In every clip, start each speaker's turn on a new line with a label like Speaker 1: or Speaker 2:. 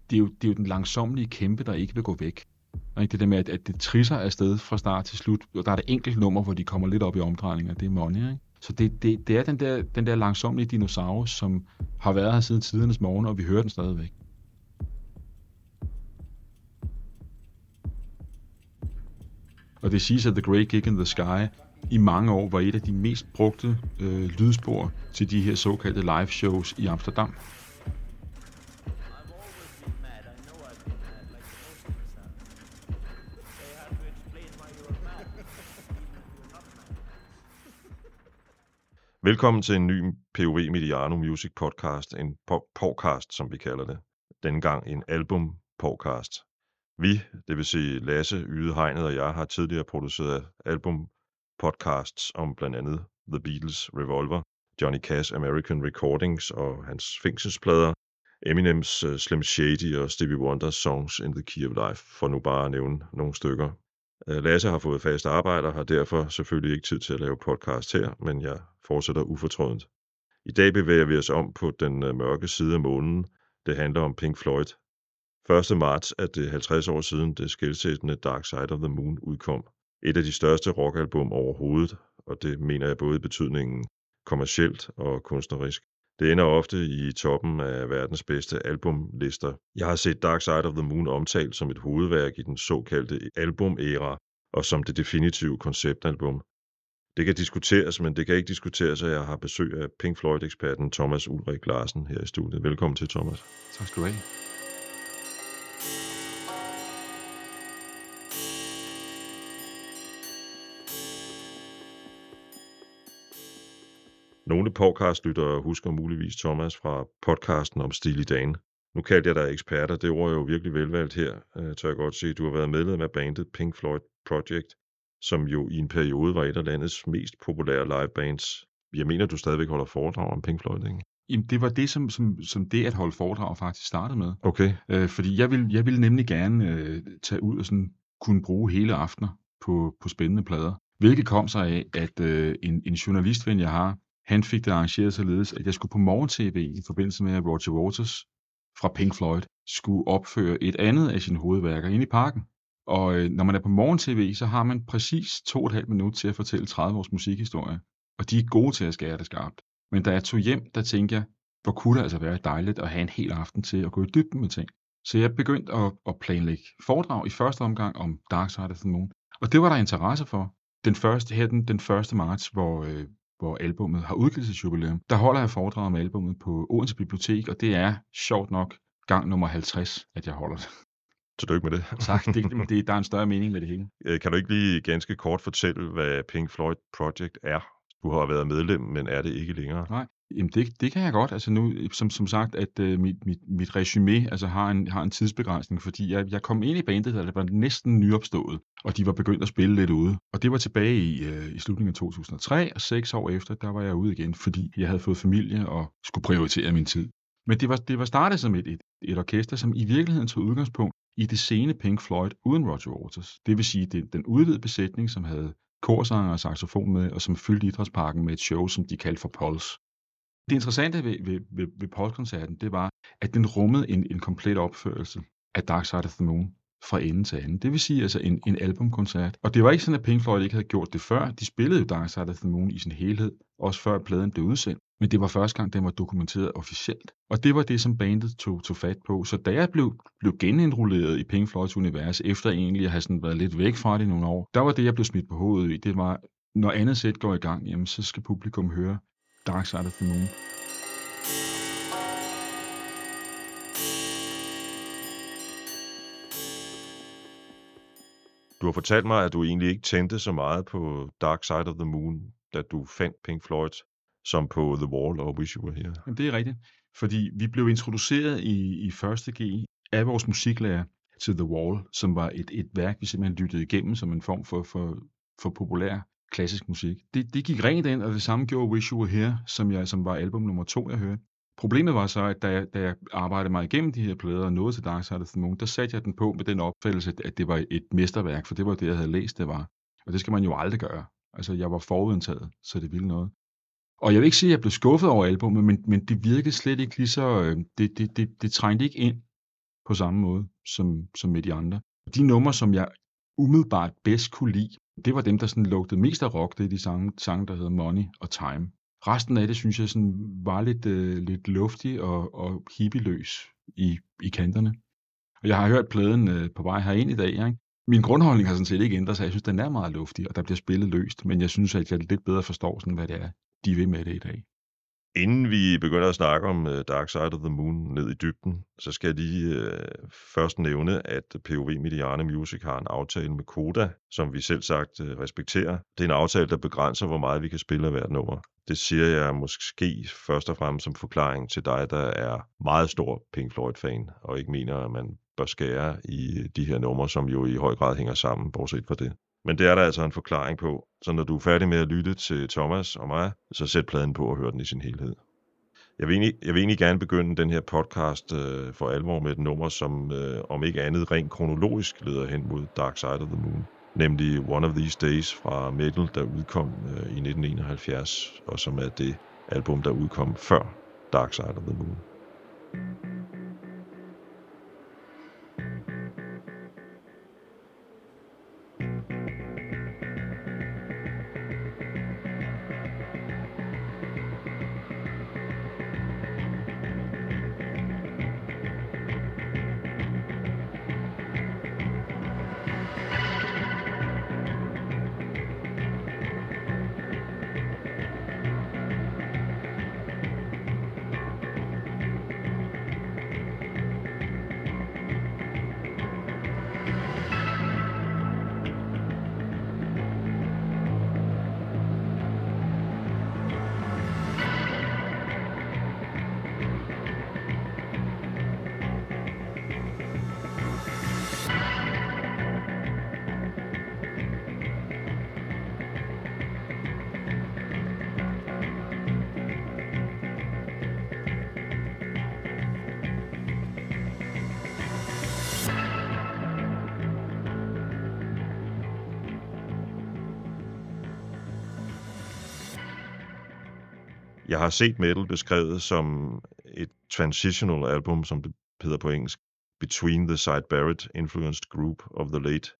Speaker 1: det er jo den langsommelige kæmpe, der ikke vil gå væk. Ikke? Det der med, at det trisser afsted fra start til slut, og der er et enkelt nummer, hvor de kommer lidt op i omdrejninger, det er Money, ikke? Så det er den der langsommelige dinosaurus, som har været her siden tidernes morgen, og vi hører den stadigvæk. Og det siges, at The Great Gig in the Sky i mange år var et af de mest brugte lydspor til de her såkaldte live shows i Amsterdam.
Speaker 2: Velkommen til en ny POV Mediano Music Podcast, en podcast, som vi kalder det. Denne gang en album-podcast. Vi, det vil sige Lasse, Yde, Hegnet og jeg, har tidligere produceret album-podcasts om blandt andet The Beatles' Revolver, Johnny Cash' American Recordings og hans fængselsplader, Eminems Slim Shady og Stevie Wonders Songs in the Key of Life, for nu bare at nævne nogle stykker. Lasse har fået fast arbejde og har derfor selvfølgelig ikke tid til at lave podcast her, men jeg fortsætter ufortrødent. I dag bevæger vi os om på den mørke side af månen. Det handler om Pink Floyd. 1. marts er det 50 år siden det skelsættende Dark Side of the Moon udkom. Et af de største rockalbum overhovedet, og det mener jeg både i betydningen kommercielt og kunstnerisk. Det ender ofte i toppen af verdens bedste albumlister. Jeg har set Dark Side of the Moon omtalt som et hovedværk i den såkaldte album-æra, og som det definitive konceptalbum. Det kan diskuteres, men det kan ikke diskuteres, at jeg har besøg af Pink Floyd-eksperten Thomas Ulrik Larsen her i studiet. Velkommen til, Thomas.
Speaker 1: Tak skal du have.
Speaker 2: Nogle podcastlyttere husker muligvis Thomas fra podcasten om Steely Dan. Nu kaldte jeg dig eksperter, det ord er jo virkelig velvalgt her, tør jeg godt sige. Du har været medlem af bandet Pink Floyd Project, som jo i en periode var et af landets mest populære livebands. Jeg mener, du stadigvæk holder foredrag om Pink Floyd, ikke?
Speaker 1: Jamen, det var det, som det at holde foredrag faktisk startede med.
Speaker 2: Okay.
Speaker 1: Fordi jeg ville nemlig gerne tage ud og sådan kunne bruge hele aftener på spændende plader. Hvilket kom sig af, at en journalistven, jeg har, han fik det arrangeret således, at jeg skulle på morgen-tv i forbindelse med, at Roger Waters fra Pink Floyd skulle opføre et andet af sine hovedværker inde i parken. Og når man er på morgen-tv, så har man præcis 2,5 minutter til at fortælle 30 års musikhistorie. Og de er gode til at skære det skarpt. Men da jeg tog hjem, der tænkte jeg, hvor kunne det altså være dejligt at have en hel aften til at gå i dybden med ting. Så jeg begyndte at planlægge foredrag i første omgang om Dark Side of the Moon. Og det var der interesse for. Den 1. marts, hvor albummet har udgivelsesjubilæum, der holder jeg foredrag om albummet på Odense Bibliotek, og det er sjovt nok gang nummer 50, at jeg holder det.
Speaker 2: Tillykke med det.
Speaker 1: Tak, der er en større mening med det hele.
Speaker 2: Kan du ikke lige ganske kort fortælle, hvad Pink Floyd Project er? Du har været medlem, men er det ikke længere?
Speaker 1: Nej, jamen det kan jeg godt. Altså nu, som sagt, at mit resumé altså har en tidsbegrænsning, fordi jeg kom ind i bandet, da det var næsten nyopstået, og de var begyndt at spille lidt ude. Og det var tilbage i slutningen af 2003, og 6 år efter, der var jeg ude igen, fordi jeg havde fået familie og skulle prioritere min tid. Men det var startet som et orkester, som i virkeligheden tog udgangspunkt i det sene Pink Floyd uden Roger Waters. Det vil sige, den udvidede besætning, som havde korsanger og saxofon med, og som fyldte idrætsparken med et show, som de kaldte for Pulse. Det interessante ved Pulse-koncerten, det var, at den rummede en komplet opførelse af Dark Side of the Moon fra ende til anden. Det vil sige altså en albumkoncert. Og det var ikke sådan, at Pink Floyd ikke havde gjort det før. De spillede jo Dark Side of the Moon i sin helhed, også før pladen blev udsendt. Men det var første gang, den var dokumenteret officielt. Og det var det, som bandet tog fat på. Så da jeg blev genindrulleret i Pink Floyds univers, efter egentlig at have sådan været lidt væk fra det i nogle år, der var det, jeg blev smidt på hovedet i. Det var, når andet sæt går i gang, jamen, så skal publikum høre Dark Side of the Moon.
Speaker 2: Du har fortalt mig, at du egentlig ikke tændte så meget på Dark Side of the Moon, da du fandt Pink Floyd, som på The Wall og Wish You Were Here.
Speaker 1: Jamen, det er rigtigt, fordi vi blev introduceret i 1. G af vores musiklærer til The Wall, som var et værk, vi simpelthen lyttede igennem som en form for populær klassisk musik. Det gik rent ind, og det samme gjorde Wish You Were Here, som var album nummer 2, jeg hørte. Problemet var så, at da jeg arbejdede mig igennem de her plader og nåede til Dark Side of the Moon, der satte jeg den på med den opfattelse, at det var et mesterværk, for det var det, jeg havde læst, det var. Og det skal man jo aldrig gøre. Altså, jeg var forudindtaget, så det ville noget. Og jeg vil ikke sige, at jeg blev skuffet over albummet, men det virkede slet ikke lige så... Det trængte ikke ind på samme måde som med de andre. De numre, som jeg umiddelbart bedst kunne lide, det var dem, der sådan lugtede mest af rock. Det er de sange, der hedder Money og Time. Resten af det, synes jeg, sådan var lidt luftig og hippieløs i kanterne. Og jeg har hørt pladen på vej herind i dag, ikke? Min grundholdning har sådan set ikke ændret sig. Jeg synes, den er meget luftig, og der bliver spillet løst. Men jeg synes, at jeg lidt bedre forstår, sådan, hvad det er, de vil med det i dag.
Speaker 2: Inden vi begynder at snakke om Dark Side of the Moon ned i dybden, så skal jeg lige først nævne, at POV Mediano Music har en aftale med Koda, som vi selv sagt respekterer. Det er en aftale, der begrænser, hvor meget vi kan spille af hvert nummer. Det siger jeg måske først og fremmest som forklaring til dig, der er meget stor Pink Floyd-fan, og ikke mener, at man bør skære i de her numre, som jo i høj grad hænger sammen, bortset fra det. Men det er der altså en forklaring på. Så når du er færdig med at lytte til Thomas og mig, så sæt pladen på og hør den i sin helhed. Jeg vil egentlig gerne begynde den her podcast for alvor med et nummer, som om ikke andet rent kronologisk leder hen mod Dark Side of the Moon. Nemlig One of These Days fra Metal, der udkom i 1971, og som er det album, der udkom før Dark Side of the Moon. Jeg har set metal beskrevet som et transitional album, som det hedder på engelsk, between the Syd Barrett-influenced group of the late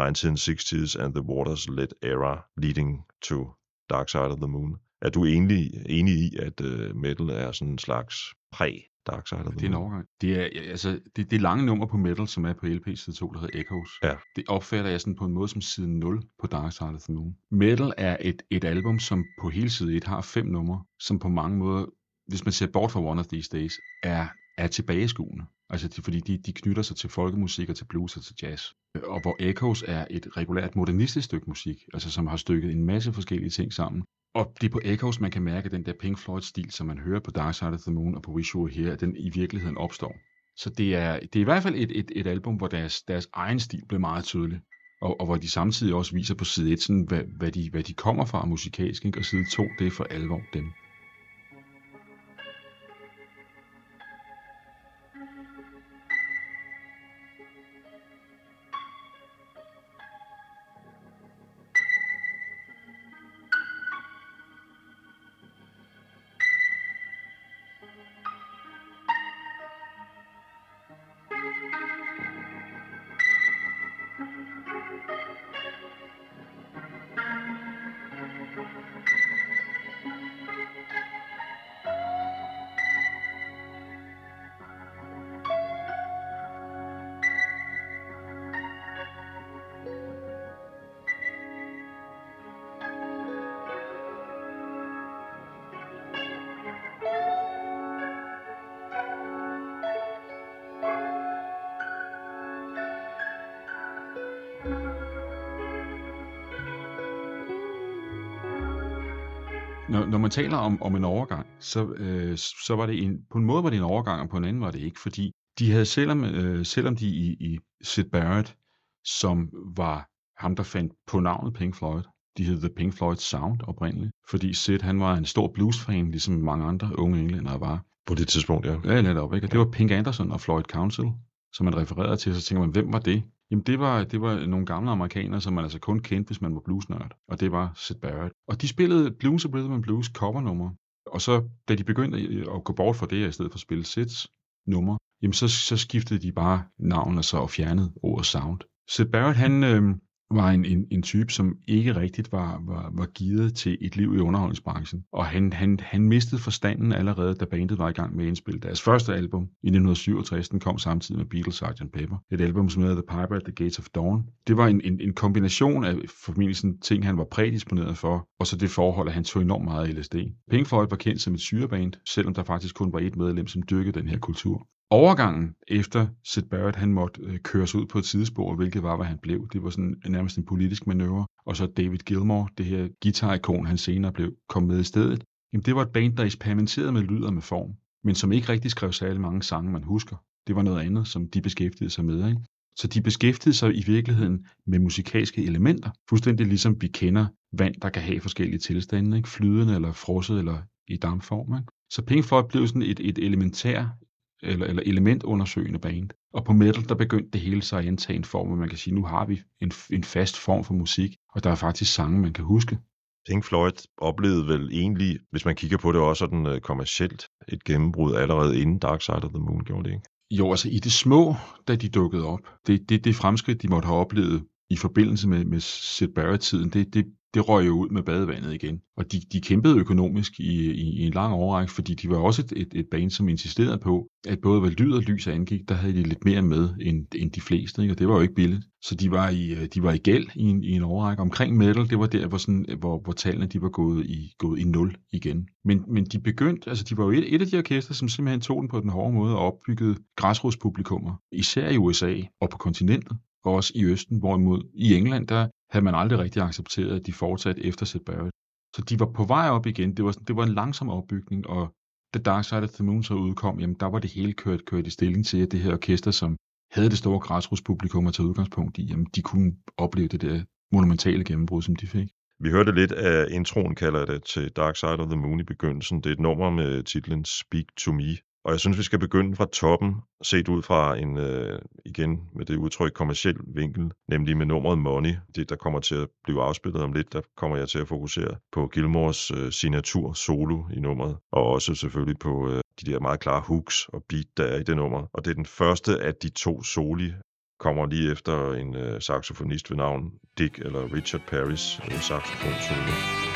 Speaker 2: 1960s and the Waters-led era leading to Dark Side of the Moon. Er du enig i, at metal er sådan en slags præ-Dark Side of the Moon?
Speaker 1: Det er en overgang. Det er lange nummer på metal, som er på LP side 2, der hedder Echoes.
Speaker 2: Ja.
Speaker 1: Det opfatter jeg sådan på en måde som side 0 på Dark Side of the Moon. Metal er et album, som på hele side 1 har 5 numre, som på mange måder, hvis man ser bort fra One of These Days, er tilbageskuende. Altså fordi de knytter sig til folkemusik og til blues og til jazz. Og hvor Echoes er et regulært modernistisk stykke musik, altså som har stykket en masse forskellige ting sammen. Og det er på Echoes, man kan mærke den der Pink Floyd-stil, som man hører på Dark Side of the Moon og på Wish You Were Here, at den i virkeligheden opstår. Så det er i hvert fald et album, hvor deres egen stil bliver meget tydelig. Og hvor de samtidig også viser på side 1, sådan, hvad de kommer fra musikalsk, ikke? Og side 2, det er for alvor dem. Når man taler om en overgang, så var det på en måde var det en overgang, og på en anden var det ikke, fordi de havde, selvom de i Syd Barrett, som var ham, der fandt på navnet Pink Floyd, de hed The Pink Floyd Sound oprindeligt, fordi Syd, han var en stor bluesfan, ligesom mange andre unge englændere var.
Speaker 2: På det tidspunkt, ja.
Speaker 1: Ja, netop, ikke? Og det var Pink Anderson og Floyd Council, som man refererede til, så tænker man, hvem var det? Jamen det var nogle gamle amerikanere, som man altså kun kendte, hvis man var bluesnørd, og det var Syd Barrett. Og de spillede blues og rhythm and blues covernummer, og så da de begyndte at gå bort fra det, i stedet for at spille Syds nummer, jamen så skiftede de bare navn og fjernede ordet sound. Syd Barrett, han var en type, som ikke rigtigt var gearet til et liv i underholdningsbranchen. Og han mistede forstanden allerede, da bandet var i gang med at indspille deres første album i 1967. Den kom samtidig med Beatles Sgt. Pepper. Et album, som hedder The Piper at the Gates of Dawn. Det var en kombination af formentlig sådan ting, han var prædisponeret for, og så det forhold, at han tog enormt meget LSD. Pink Floyd var kendt som et syreband, selvom der faktisk kun var et medlem, som dyrkede den her kultur. Overgangen efter Syd Barrett, han måtte køres ud på et sidespor, hvilket var, hvad han blev. Det var sådan nærmest en politisk manøvre. Og så David Gilmour, det her guitar-ikon, han senere kom med i stedet. Jamen, det var et band, der eksperimenterede med lyd og med form, men som ikke rigtig skrev særlig mange sange, man husker. Det var noget andet, som de beskæftigede sig med, ikke? Så de beskæftigede sig i virkeligheden med musikalske elementer, fuldstændig ligesom vi kender vand, der kan have forskellige tilstande, ikke? Flydende eller frosset eller i dampform, ikke? Så Pink Floyd blev sådan et elementær eller elementundersøgende band. Og på metal, der begyndte det hele sig at indtage en form, hvor man kan sige, nu har vi en fast form for musik, og der er faktisk sange, man kan huske.
Speaker 2: Pink Floyd oplevede vel egentlig, hvis man kigger på det også sådan kommercielt, et gennembrud allerede inden Dark Side of the Moon, gjorde det ikke?
Speaker 1: Jo, altså i det små, da de dukkede op, det fremskridt, de måtte have oplevet i forbindelse med Syd Barrett-tiden, det røg jo ud med badevandet igen. Og de kæmpede økonomisk i en lang årrække, fordi de var også et band, som insisterede på, at både hvad lyd og lys angik, der havde de lidt mere med end de fleste, ikke? Og det var jo ikke billigt. Så de var i gæld i en årrække. Omkring metal, det var der, hvor tallene de var gået i nul igen. Men de begyndte, altså de var jo et af de orkester, som simpelthen tog den på den hårde måde og opbyggede græsrodspublikummer, især i USA og på kontinentet, og også i Østen, hvorimod i England, der havde man aldrig rigtig accepteret, at de fortsatte efter Syd Barrett. Så de var på vej op igen. Det var en langsom opbygning, og da Dark Side of the Moon så udkom, jamen der var det hele kørt i stilling til, at det her orkester, som havde det store græsrodspublikum at tage udgangspunkt i, jamen de kunne opleve det der monumentale gennembrud, som de fik.
Speaker 2: Vi hørte lidt af introen, kalder jeg det, til Dark Side of the Moon i begyndelsen. Det er et nummer med titlen Speak to Me. Og jeg synes, vi skal begynde fra toppen, set ud fra en, igen med det udtryk, kommerciel vinkel, nemlig med nummeret Money. Det, der kommer til at blive afspillet om lidt, der kommer jeg til at fokusere på Gilmours signatur solo i nummeret, og også selvfølgelig på de der meget klare hooks og beat, der er i det nummer. Og det er den første af de to soli, kommer lige efter en saxofonist ved navn Dick eller Richard Parrys saxofon solo.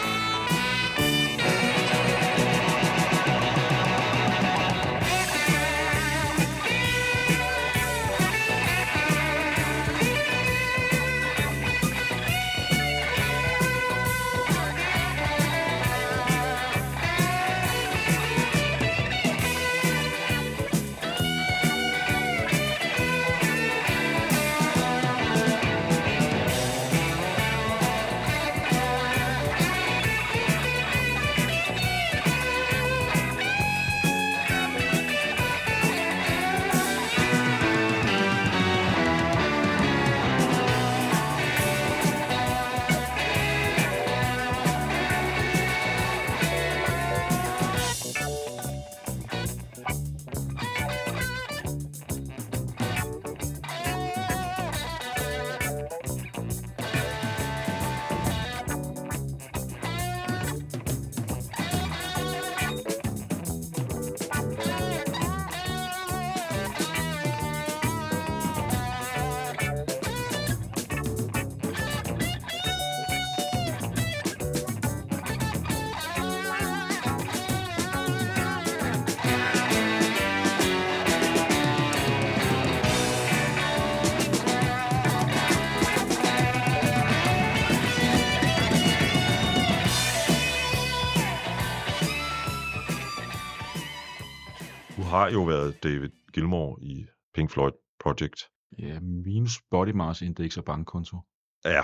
Speaker 2: Har jo været David Gilmour i Pink Floyd Project.
Speaker 1: Ja, minus body mass index og bankkonto.
Speaker 2: Ja.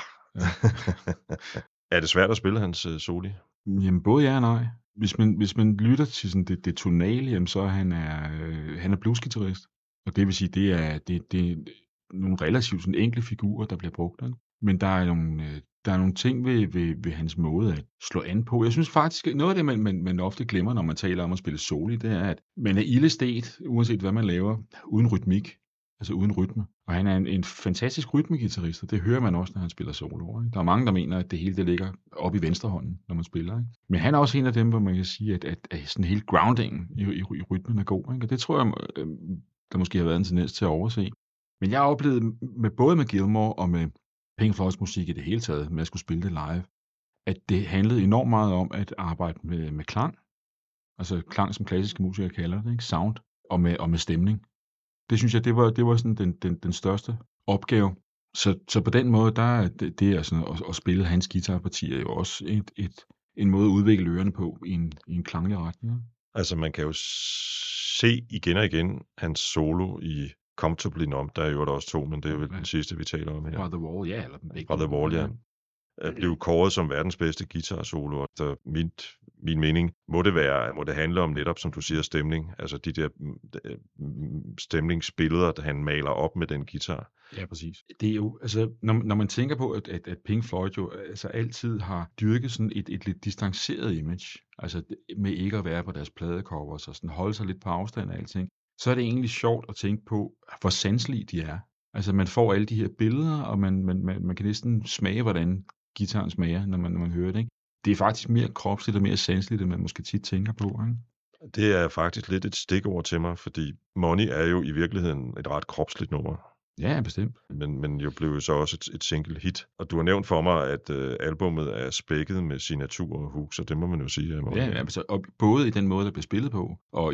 Speaker 2: Er det svært at spille hans soli?
Speaker 1: Jamen både ja og nej. Hvis man lytter til sådan det tonale, jamen, så er han er bluesgitarrist. Og det vil sige, det er nogle relativt sådan enkle figurer, der bliver brugt. Ikke? Men der er nogle ting ved hans måde at slå an på. Jeg synes faktisk, noget af det, man ofte glemmer, når man taler om at spille soli, det er, at man er ildestet, uanset hvad man laver, uden rytmik. Altså uden rytme. Og han er en fantastisk rytmegitarrist, og det hører man også, når han spiller solo. Ikke? Der er mange, der mener, at det hele det ligger oppe i venstrehånden, når man spiller. Ikke? Men han er også en af dem, hvor man kan sige, at sådan hele groundingen i rytmen er god. Ikke? Og det tror jeg der måske har været en tendens til at overse. Men jeg oplevede både med Gilmour og med Pink Floyds musik i det hele taget, med at skulle spille det live, at det handlede enormt meget om at arbejde med klang, altså klang, som klassiske musikere kalder det, ikke? Sound, og med stemning. Det synes jeg, det var sådan den største opgave. Så på den måde, det er sådan, at spille hans guitarpartier jo også en måde at udvikle ørerne på i en klanglig retning. Ikke?
Speaker 2: Altså man kan jo se igen og igen hans solo i Comfortably Numb, der er jo også 2, men det er jo den sidste, vi taler om her.
Speaker 1: Fra The Wall, ja. Eller
Speaker 2: Fra The Wall, ja. Blev kåret som verdens bedste guitar-solo, og efter min mening må det handle om netop, som du siger, stemning. Altså de der stemningsbilleder, der han maler op med den guitar.
Speaker 1: Ja, præcis. Det er jo, altså, når man tænker på, at Pink Floyd jo altså altid har dyrket sådan et lidt distanceret image, altså med ikke at være på deres pladecovers og sådan holde sig lidt på afstand af alting, så er det egentlig sjovt at tænke på, hvor sanselige de er. Altså man får alle de her billeder, og man kan næsten smage, hvordan guitaren smager, når man hører det. Ikke? Det er faktisk mere kropsligt og mere sanseligt, end man måske tit tænker på. Ikke?
Speaker 2: Det er faktisk lidt et stikord til mig, fordi Money er jo i virkeligheden et ret kropsligt nummer.
Speaker 1: Ja, bestemt.
Speaker 2: Men jo blev så også et single hit. Og du har nævnt for mig, at albummet er spækket med signatur og hook, så det må man jo sige.
Speaker 1: Ja, altså, og både i den måde, der bliver spillet på, og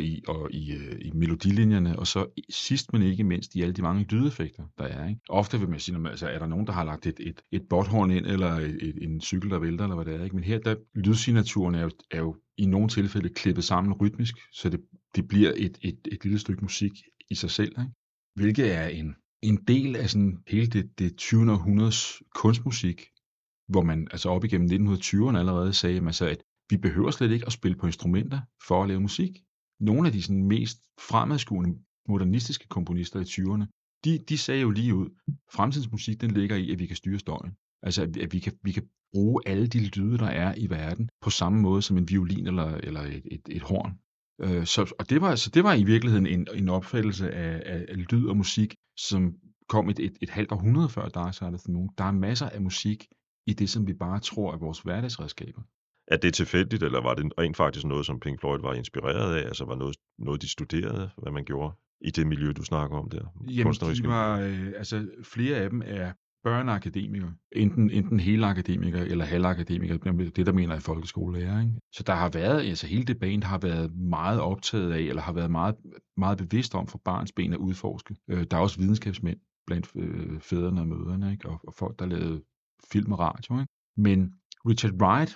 Speaker 1: i melodilinjerne, og så sidst men ikke mindst i alle de mange lydeffekter, der er. Ikke? Ofte vil man sige, altså, er der nogen, der har lagt et botthorn ind, eller en cykel, der vælter, eller hvad det er. Ikke? Men her, der lydsignaturen er jo i nogle tilfælde klippet sammen rytmisk, så det bliver et lille stykke musik i sig selv. Ikke? Hvilket er en del af sådan hele det 20. århundredes kunstmusik, hvor man altså op igennem 1920'erne allerede sagde, at vi behøver slet ikke at spille på instrumenter for at lave musik. Nogle af de sådan mest fremadskuende modernistiske komponister i 20'erne, de sagde jo lige ud, fremtidens musik, den ligger i, at vi kan styre støjen. Altså at vi kan bruge alle de lyde, der er i verden, på samme måde som en violin eller et horn. Og det var i virkeligheden en opfattelse af lyd og musik, som kom et halvt århundrede før Dark Side of the Moon. Der er masser af musik i det, som vi bare tror er vores hverdagsredskaber.
Speaker 2: Er det tilfældigt, eller var det rent faktisk noget, som Pink Floyd var inspireret af? Altså var noget de studerede, hvad man gjorde i det miljø, du snakker om der?
Speaker 1: Jamen, de var, altså flere af dem er børneakademikere. Enten hele akademikere eller halvakademikere. Det, der mener jeg folkeskolelærer. Ikke? Så der har været, altså hele det band har været meget optaget af, eller har været meget, meget bevidst om for barns ben at udforske. Der er også videnskabsmænd blandt fædrene og mødrene, ikke? Og folk, der lavede film og radio. Ikke? Men Richard Wright,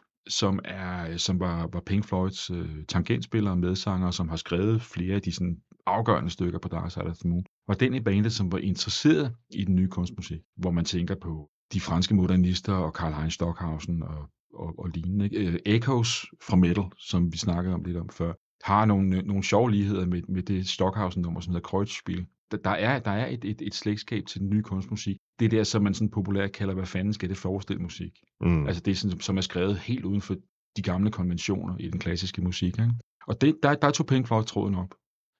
Speaker 1: som var Pink Floyds tangentspiller og medsanger, som har skrevet flere af de sådan afgørende stykker på Dark Side of the Moon, var den i bandet, som var interesseret i den nye kunstmusik, hvor man tænker på de franske modernister og Karlheinz Stockhausen og lignende. Ikke? Echoes fra Metal, som vi snakkede om lidt om før, har nogle sjove ligheder med det Stockhausen-nummer, som hedder Kreuzspiel. Der er et slægtskab til den nye kunstmusik. Det er der, som man sådan populært kalder, hvad fanden skal det forestille musik? Altså det er sådan, som er skrevet helt uden for de gamle konventioner i den klassiske musik. Ikke? Og der tog Pink Floyd tråden op.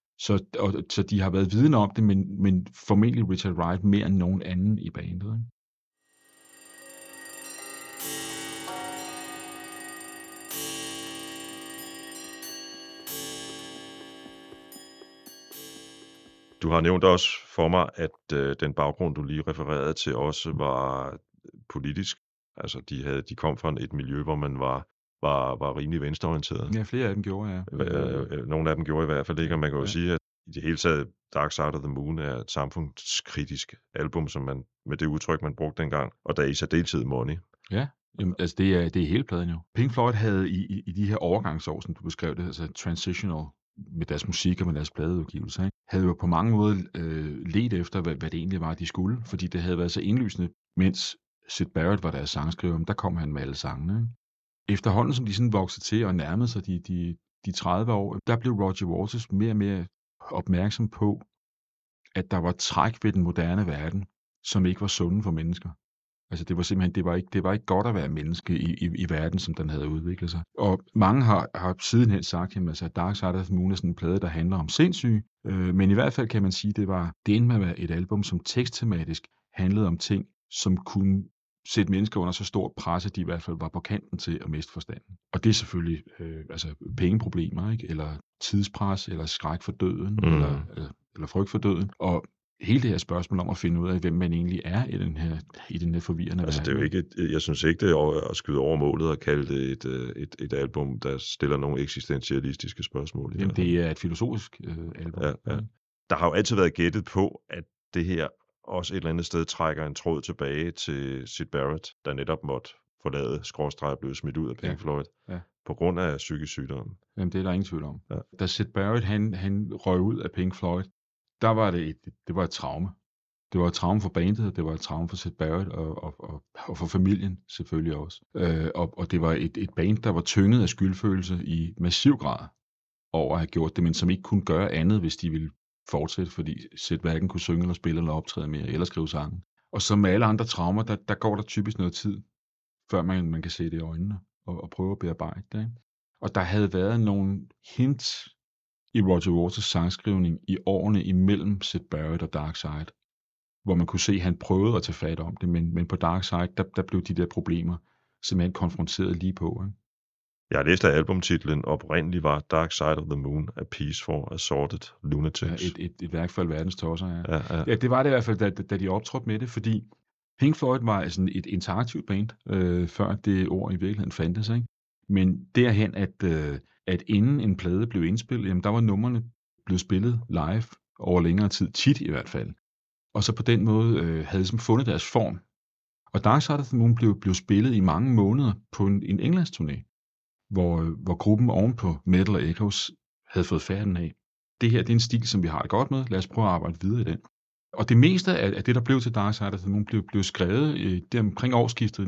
Speaker 1: Så de har været vidne om det, men formentlig Richard Wright mere end nogen anden i bandet. Ikke?
Speaker 2: Du har nævnt også for mig, at den baggrund, du lige refererede til, også var politisk. Altså, de kom fra et miljø, hvor man var rimelig venstreorienteret.
Speaker 1: Ja, flere af dem gjorde, ja.
Speaker 2: Nogle af dem gjorde i hvert fald ikke, og man kan jo sige, at i det hele taget Dark Side of the Moon er et samfundskritisk album, som man med det udtryk, man brugte dengang, og der er i særdeleshed Money.
Speaker 1: Ja, jamen, altså det er hele pladen jo. Pink Floyd havde i de her overgangsår, som du beskrev det, altså transitional, med deres musik og med deres pladeudgivelser, ikke? Havde jo på mange måder ledt efter, hvad det egentlig var, de skulle, fordi det havde været så indlysende, mens Syd Barrett var deres sangskriver, der kom han med alle sangene. Ikke? Efterhånden, som de sådan voksede til og nærmede sig de 30 år, der blev Roger Waters mere og mere opmærksom på, at der var træk ved den moderne verden, som ikke var sunde for mennesker. Altså det var simpelthen, det var ikke godt at være menneske i verden, som den havde udviklet sig. Og mange har sidenhen sagt, at Dark Side of the Moon er sådan en plade, der handler om sindssyge. Men i hvert fald kan man sige, det endte med at være et album, som teksttematisk handlede om ting, som kunne sætte mennesker under så stort pres, at de i hvert fald var på kanten til at miste forstanden. Og det er selvfølgelig pengeproblemer, ikke? Eller tidspres, eller skræk for døden, eller eller frygt for døden, og hele det her spørgsmål om at finde ud af, hvem man egentlig er i den her forvirrende
Speaker 2: Altså, det er
Speaker 1: verden.
Speaker 2: jo ikke, jeg synes ikke, det er at skyde over målet og kalde det et album, der stiller nogle eksistentialistiske spørgsmål.
Speaker 1: Jamen, det er et filosofisk album.
Speaker 2: Ja. Der har jo altid været gættet på, at det her også et eller andet sted trækker en tråd tilbage til Syd Barrett, der netop måtte forlade / blev smidt ud af Pink Floyd på grund af psykisk sygdom.
Speaker 1: Jamen, det er der ingen tvivl om.
Speaker 2: Ja.
Speaker 1: Da Syd Barrett han røg ud af Pink Floyd, der var det var et traume. Det var et traume for bandet, det var et traume for Syd Barrett og for familien selvfølgelig også. Og det var et band, der var tynget af skyldfølelse i massiv grad over at have gjort det, men som ikke kunne gøre andet, hvis de ville fortsætte, fordi Syd hverken kunne synge eller spille eller optræde mere, eller skrive sange. Og som med alle andre traumer, der går der typisk noget tid, før man kan se det i øjnene og prøve at bearbejde det. Ikke? Og der havde været nogle hints i Roger Waters sangskrivning i årene imellem Syd Barrett og Dark Side, hvor man kunne se, at han prøvede at tage fat om det, men på Dark Side, der blev de der problemer simpelthen konfronteret lige på. Ikke?
Speaker 2: Jeg har læst, at albumtitlen oprindeligt var Dark Side of the Moon, A Piece for Assorted Lunatics.
Speaker 1: Ja, et værk for alverdens tosser,
Speaker 2: Ja.
Speaker 1: Ja, det var det i hvert fald, da de optrådte med det, fordi Pink Floyd var sådan et interaktivt band, før det ord i virkeligheden fandtes, ikke? Men derhen, at inden en plade blev indspillet, jamen, der var numrene blevet spillet live over længere tid, tit i hvert fald. Og så på den måde havde de fundet deres form. Og Dark Side of the Moon blev spillet i mange måneder på en englandsturné, hvor gruppen ovenpå Metal og Echoes havde fået færden af. Det her, det er en stil, som vi har det godt med. Lad os prøve at arbejde videre i den. Og det meste af det, der blev til Dark Side of the Moon, blev skrevet omkring årsskiftet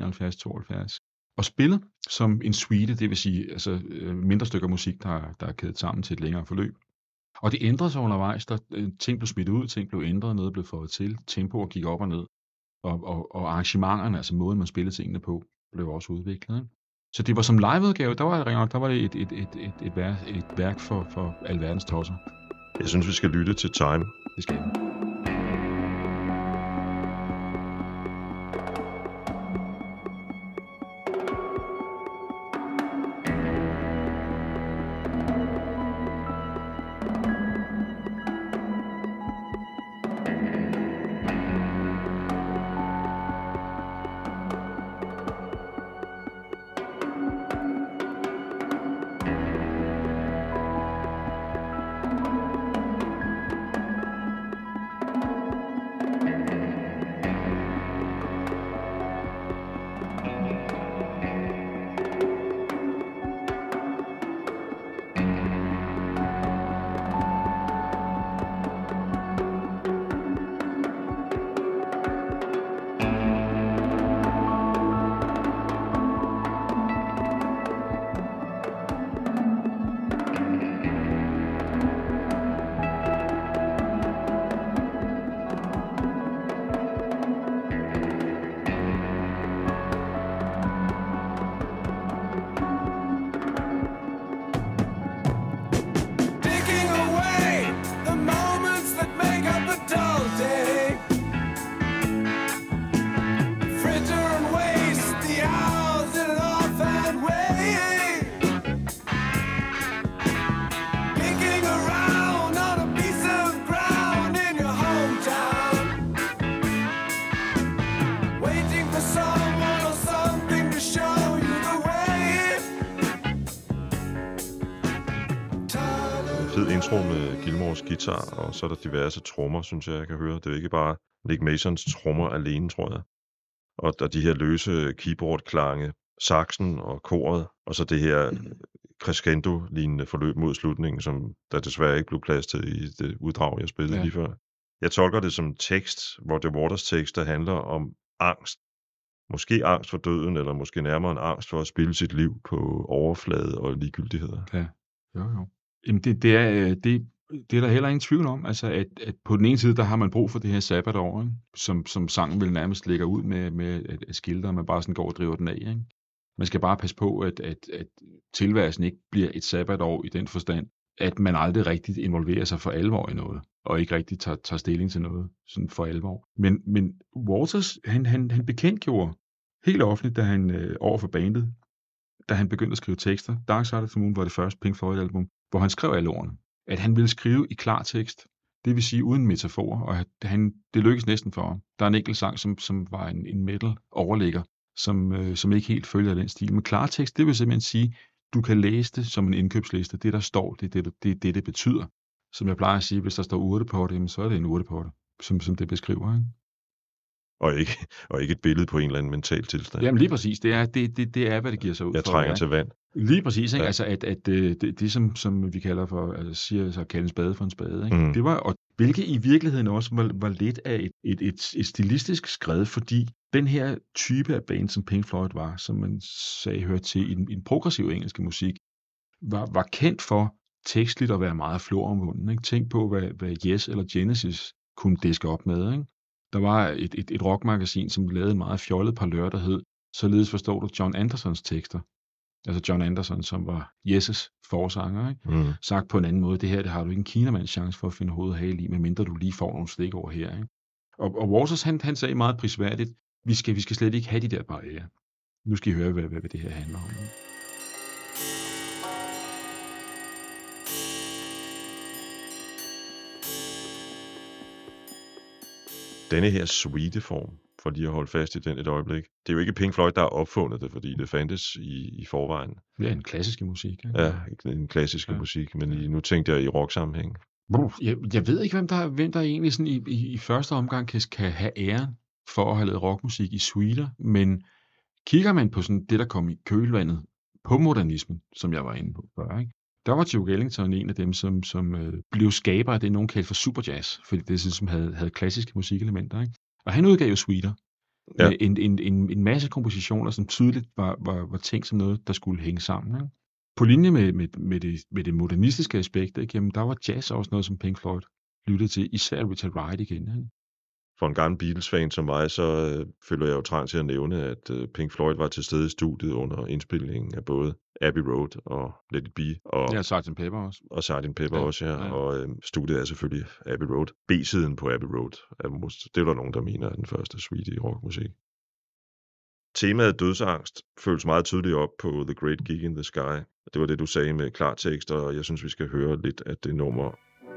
Speaker 1: 1971-72. Og spillet som en suite, det vil sige altså, mindre stykker musik, der er kædet sammen til et længere forløb. Og det ændrede sig undervejs. Ting blev smidt ud, ting blev ændret, noget blev fået til, tempoer gik op og ned. Og arrangementerne, altså måden, man spillede tingene på, blev også udviklet. Ikke? Så det var som liveudgave, der var det et værk for alverdens tosser.
Speaker 2: Jeg synes, vi skal lytte til Time.
Speaker 1: Det skal vi.
Speaker 2: Intro med Gilmours guitar, og så er der diverse trommer, synes jeg kan høre. Det er jo ikke bare Nick Masons trommer alene, tror jeg. Og der er de her løse keyboard-klange, saxen og koret, og så det her crescendo-lignende forløb mod slutningen, som der desværre ikke blev plads til i det uddrag, jeg spillede lige før. Jeg tolker det som tekst, hvor det Waters tekst, der handler om angst. Måske angst for døden, eller måske nærmere en angst for at spille sit liv på overflade og ligegyldigheder.
Speaker 1: Ja, jo. Jamen det er der heller ingen tvivl om, altså at på den ene side, der har man brug for det her sabbatår, ikke? Som sangen vil nærmest lægger ud med at skilte, og man bare sådan går og driver den af. Ikke? Man skal bare passe på, at tilværelsen ikke bliver et sabbatår i den forstand, at man aldrig rigtig involverer sig for alvor i noget, og ikke rigtig tager stilling til noget sådan for alvor. Men Waters, han bekendtgjorde helt offentligt, da han over for bandet, da han begyndte at skrive tekster. Dark Side of the Moon var det første Pink Floyd album, hvor han skrev alle ordene. At han ville skrive i klartekst Det vil sige uden metafor, og det lykkedes næsten for ham. Der er en enkelt sang, som var en metal overligger, som ikke helt følger den stil. Men klartekst, det vil simpelthen sige, du kan læse det som en indkøbsliste. Det, der står, det er det betyder. Som jeg plejer at sige, hvis der står urtepotte, så er det en urtepotte, som det beskriver, ikke?
Speaker 2: Og ikke et billede på en eller anden mental tilstand.
Speaker 1: Jamen lige præcis, det er hvad det giver sig ud for.
Speaker 2: Jeg trænger til vand.
Speaker 1: Lige præcis, ikke?
Speaker 2: Ja.
Speaker 1: Altså at det som vi kalder for, altså siger så kalde en spade for en spade, ikke?
Speaker 2: Mm.
Speaker 1: Det var, og hvilket i virkeligheden også var lidt af et stilistisk skred, fordi den her type af band, som Pink Floyd var, som man sagde hørte til i den progressive engelske musik, var kendt for tekstligt at være meget floromvunden, ikke? Tænk på, hvad Yes eller Genesis kunne diske op med, ikke? Der var et rockmagasin, som lavede en meget fjollet parlør, der hed Således forstår du John Andersons tekster. Altså John Anderson, som var Yes' forsanger, ikke?
Speaker 2: Mm.
Speaker 1: Sagt på en anden måde, det har du ikke en kinamands chance for at finde hovedet hale i, medmindre du lige får nogle stik over her, ikke? Og Waters, han sagde meget prisværdigt, vi skal slet ikke have de der barrierer. Nu skal I høre, hvad det her handler om. Ikke?
Speaker 2: Denne her suiteform, for lige at holde fast i den et øjeblik, det er jo ikke Pink Floyd, der har opfundet det, fordi det fandtes i forvejen.
Speaker 1: Det er en klassisk musik. Ikke?
Speaker 2: Ja, en klassisk musik, men nu tænkte jeg i rocksammenhæng.
Speaker 1: Jeg ved ikke, hvem der egentlig sådan i første omgang kan have æren for at have lavet rockmusik i suiter, men kigger man på sådan det, der kom i kølvandet på modernismen, som jeg var inde på før, ikke? Der var Duke Ellington en af dem, som blev skaber af det, nogen kaldte for superjazz, fordi det som havde klassiske musikelementer, ikke? Og han udgav jo suiter. Ja. En masse kompositioner, som tydeligt var tænkt som noget, der skulle hænge sammen, ikke? På linje med det modernistiske aspekt, ikke? Jamen, der var jazz også noget, som Pink Floyd lyttede til, især Richard Wright igen, ikke?
Speaker 2: For en gammel Beatles-fan som mig, så føler jeg jo trang til at nævne, at Pink Floyd var til stede i studiet under indspilningen af både Abbey Road og Let It Be. Og
Speaker 1: Sgt. Pepper også.
Speaker 2: Og Sgt. Pepper også, ja. Og studiet er selvfølgelig Abbey Road. B-siden på Abbey Road. Det er der nogen, der mener er den første suite i rockmusik. Temaet dødsangst føles meget tydeligt op på The Great Gig in the Sky. Det var det, du sagde med klartekst, og jeg synes, vi skal høre lidt af det nummer.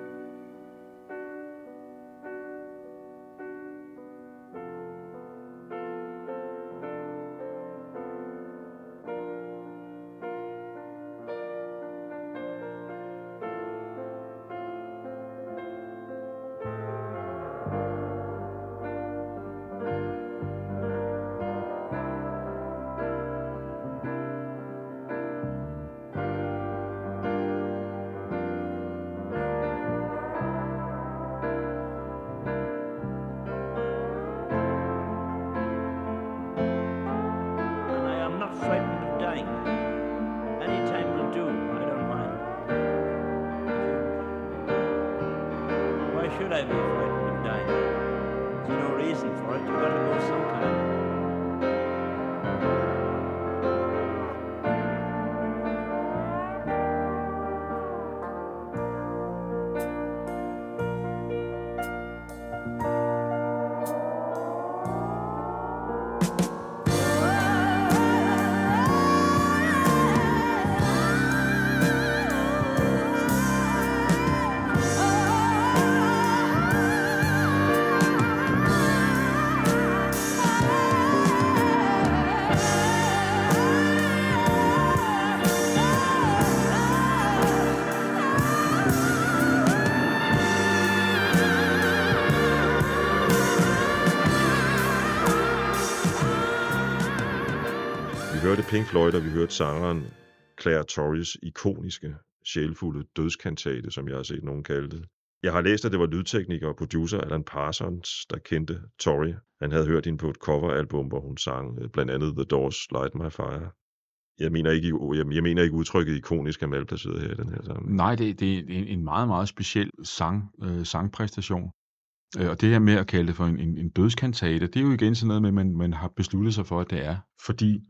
Speaker 2: Vi hørte Pink Floyd, og vi hørte sangeren Claire Torries ikoniske, sjælfulde dødskantate, som jeg har set nogen kalde det. Jeg har læst, at det var lydtekniker og producer Alan Parsons, der kendte Torrie. Han havde hørt hende på et coveralbum, hvor hun sang blandt andet The Doors' Light My Fire. Jeg mener ikke udtrykket ikonisk er malplaceret her i den her sammenhæng.
Speaker 1: Nej, det er en meget, meget speciel sangpræstation. Og det her med at kalde det for en dødskantate, det er jo igen sådan noget med, at man har besluttet sig for, at det er. Fordi,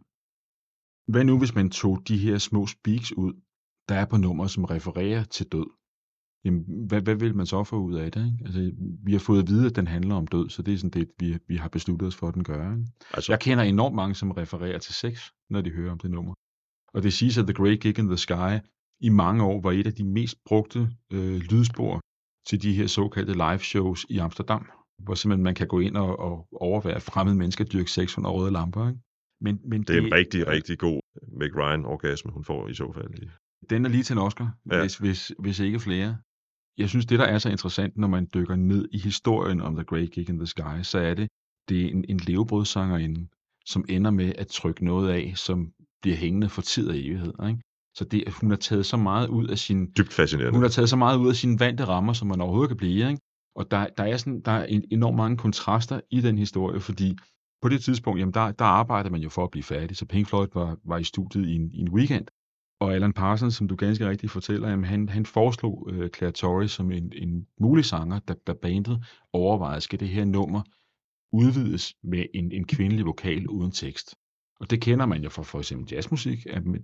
Speaker 1: hvad nu hvis man tog de her små speaks ud, der er på nummer, som refererer til død? Jamen, hvad vil man så få ud af det? Ikke? Altså, vi har fået at vide, at den handler om død, så det er sådan det, vi har besluttet os for, at den gør. Ikke? Altså, jeg kender enormt mange, som refererer til sex, når de hører om det nummer. Og det siges, at The Great Gig in the Sky i mange år var et af de mest brugte lydspor til de her såkaldte live shows i Amsterdam, hvor simpelthen man kan gå ind og overvære fremmede mennesker dyrke sex under røde lamper. Ikke? Men
Speaker 2: Det er en rigtig god Meg Ryan-orgasme, hun får i så fald.
Speaker 1: Den er lige til en Oscar, hvis ikke flere. Jeg synes, det der er så interessant, når man dykker ned i historien om The Great Gig in the Sky, så er det er en levebrødssangerinde, som ender med at trykke noget af, som bliver hængende for tid og evighed. Ikke? Så hun har taget så meget ud af sin...
Speaker 2: Dybt fascinerende.
Speaker 1: Hun har taget så meget ud af sine vante rammer, som man overhovedet kan blive. Ikke? Og der er enormt mange kontraster i den historie, fordi på det tidspunkt, jamen der arbejder man jo for at blive færdig, så Pink Floyd var i studiet i en weekend, og Alan Parsons, som du ganske rigtigt fortæller, jamen han foreslog Claire Torrey som en mulig sanger, da bandet overvejede, skal det her nummer udvides med en kvindelig vokal uden tekst. Og det kender man jo fra for eksempel jazzmusik,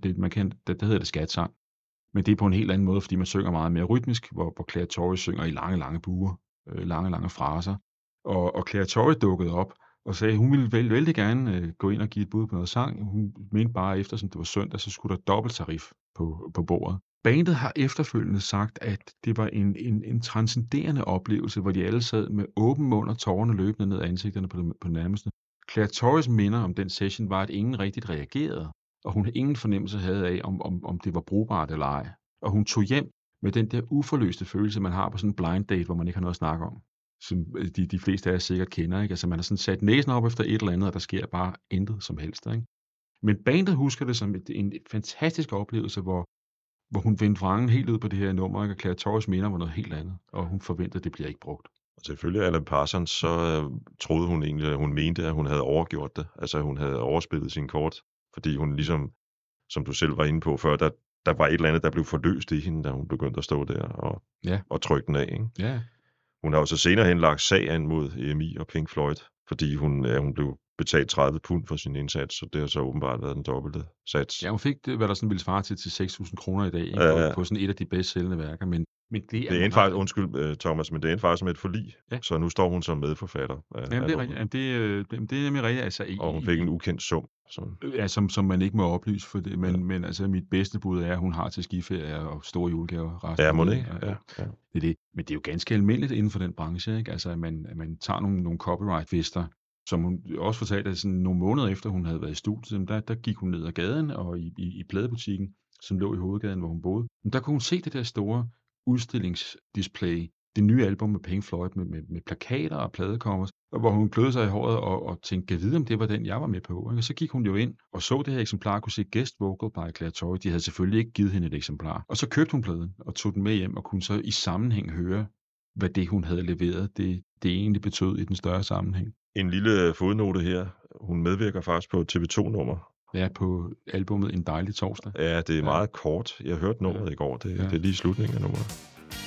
Speaker 1: der hedder det skatsang. Men det er på en helt anden måde, fordi man synger meget mere rytmisk, hvor Claire Torrey synger i lange buer, lange fraser. Og Claire Torrey dukkede op og sagde, at hun ville vældig gerne gå ind og give et bud på noget sang. Hun mente bare, efter som det var søndag, så skulle der dobbelt tarif på bordet. Bandet har efterfølgende sagt, at det var en transcenderende oplevelse, hvor de alle sad med åben mund og tårerne løbende ned ad ansigterne på nærmeste. Claire Torreys minder om den session var, at ingen rigtigt reagerede, og hun ingen fornemmelse havde af, om det var brugbart eller ej. Og hun tog hjem med den der uforløste følelse, man har på sådan en blind date, hvor man ikke har noget at snakke om, som de fleste af jer sikkert kender. Ikke? Altså man har sådan sat næsen op efter et eller andet, og der sker bare intet som helst. Ikke? Men bandet husker det som en fantastisk oplevelse, hvor hun vendte vrangen helt ud på det her nummer, og Claire Torreys minder var noget helt andet, og hun forventede, at det bliver ikke brugt.
Speaker 2: Og selvfølgelig Alan Parsons, så troede hun egentlig, at hun mente, at hun havde overgjort det. Altså hun havde overspillet sin kort, fordi hun ligesom, som du selv var inde på før, der var et eller andet, der blev forløst i hende, da hun begyndte at stå der og trykke den af. Ikke?
Speaker 1: Ja.
Speaker 2: Hun har jo så senere hen lagt sag an mod EMI og Pink Floyd, fordi hun blev betalt 30 pund for sin indsats, så det har så åbenbart været den dobbelte sats.
Speaker 1: Ja, hun fik det, hvad der sådan ville svare til 6.000 kroner i dag, ikke? På sådan et af de bedst sælgende værker, men det
Speaker 2: endte faktisk, undskyld Thomas, men det endte faktisk med et forlig, så nu står hun som medforfatter.
Speaker 1: Jamen, det er rigtigt. Det er nemlig rigtigt. Altså,
Speaker 2: og hun fik en ukendt sum.
Speaker 1: Ja, som man ikke må oplyse for det, men altså mit bedste bud er, at hun har til skiferie og store julegaver resten.
Speaker 2: Ja, må det. Ja.
Speaker 1: Det er det. Men det er jo ganske almindeligt inden for den branche, ikke? Altså, at man tager nogle copyright-tvister, som hun også fortalte, at sådan nogle måneder efter hun havde været i studiet, der gik hun ned ad gaden og i pladebutikken, som lå i hovedgaden, hvor hun boede. Men der kunne hun se det der store udstillingsdisplay, det nye album med Pink Floyd med plakater og pladecovers, hvor hun kløede sig i håret og tænkte, kan jeg vide, om det var den, jeg var med på? Og så gik hun jo ind og så det her eksemplar, kunne se guest vocal by Claire Torrey. De havde selvfølgelig ikke givet hende et eksemplar. Og så købte hun pladen og tog den med hjem og kunne så i sammenhæng høre, hvad det, hun havde leveret, det egentlig betød i den større sammenhæng.
Speaker 2: En lille fodnote her. Hun medvirker faktisk på et TV2-nummer.
Speaker 1: Ja, på albumet En dejlig torsdag.
Speaker 2: Ja, det er meget kort. Jeg hørte nummeret i går. Det er lige slutningen af nummeret.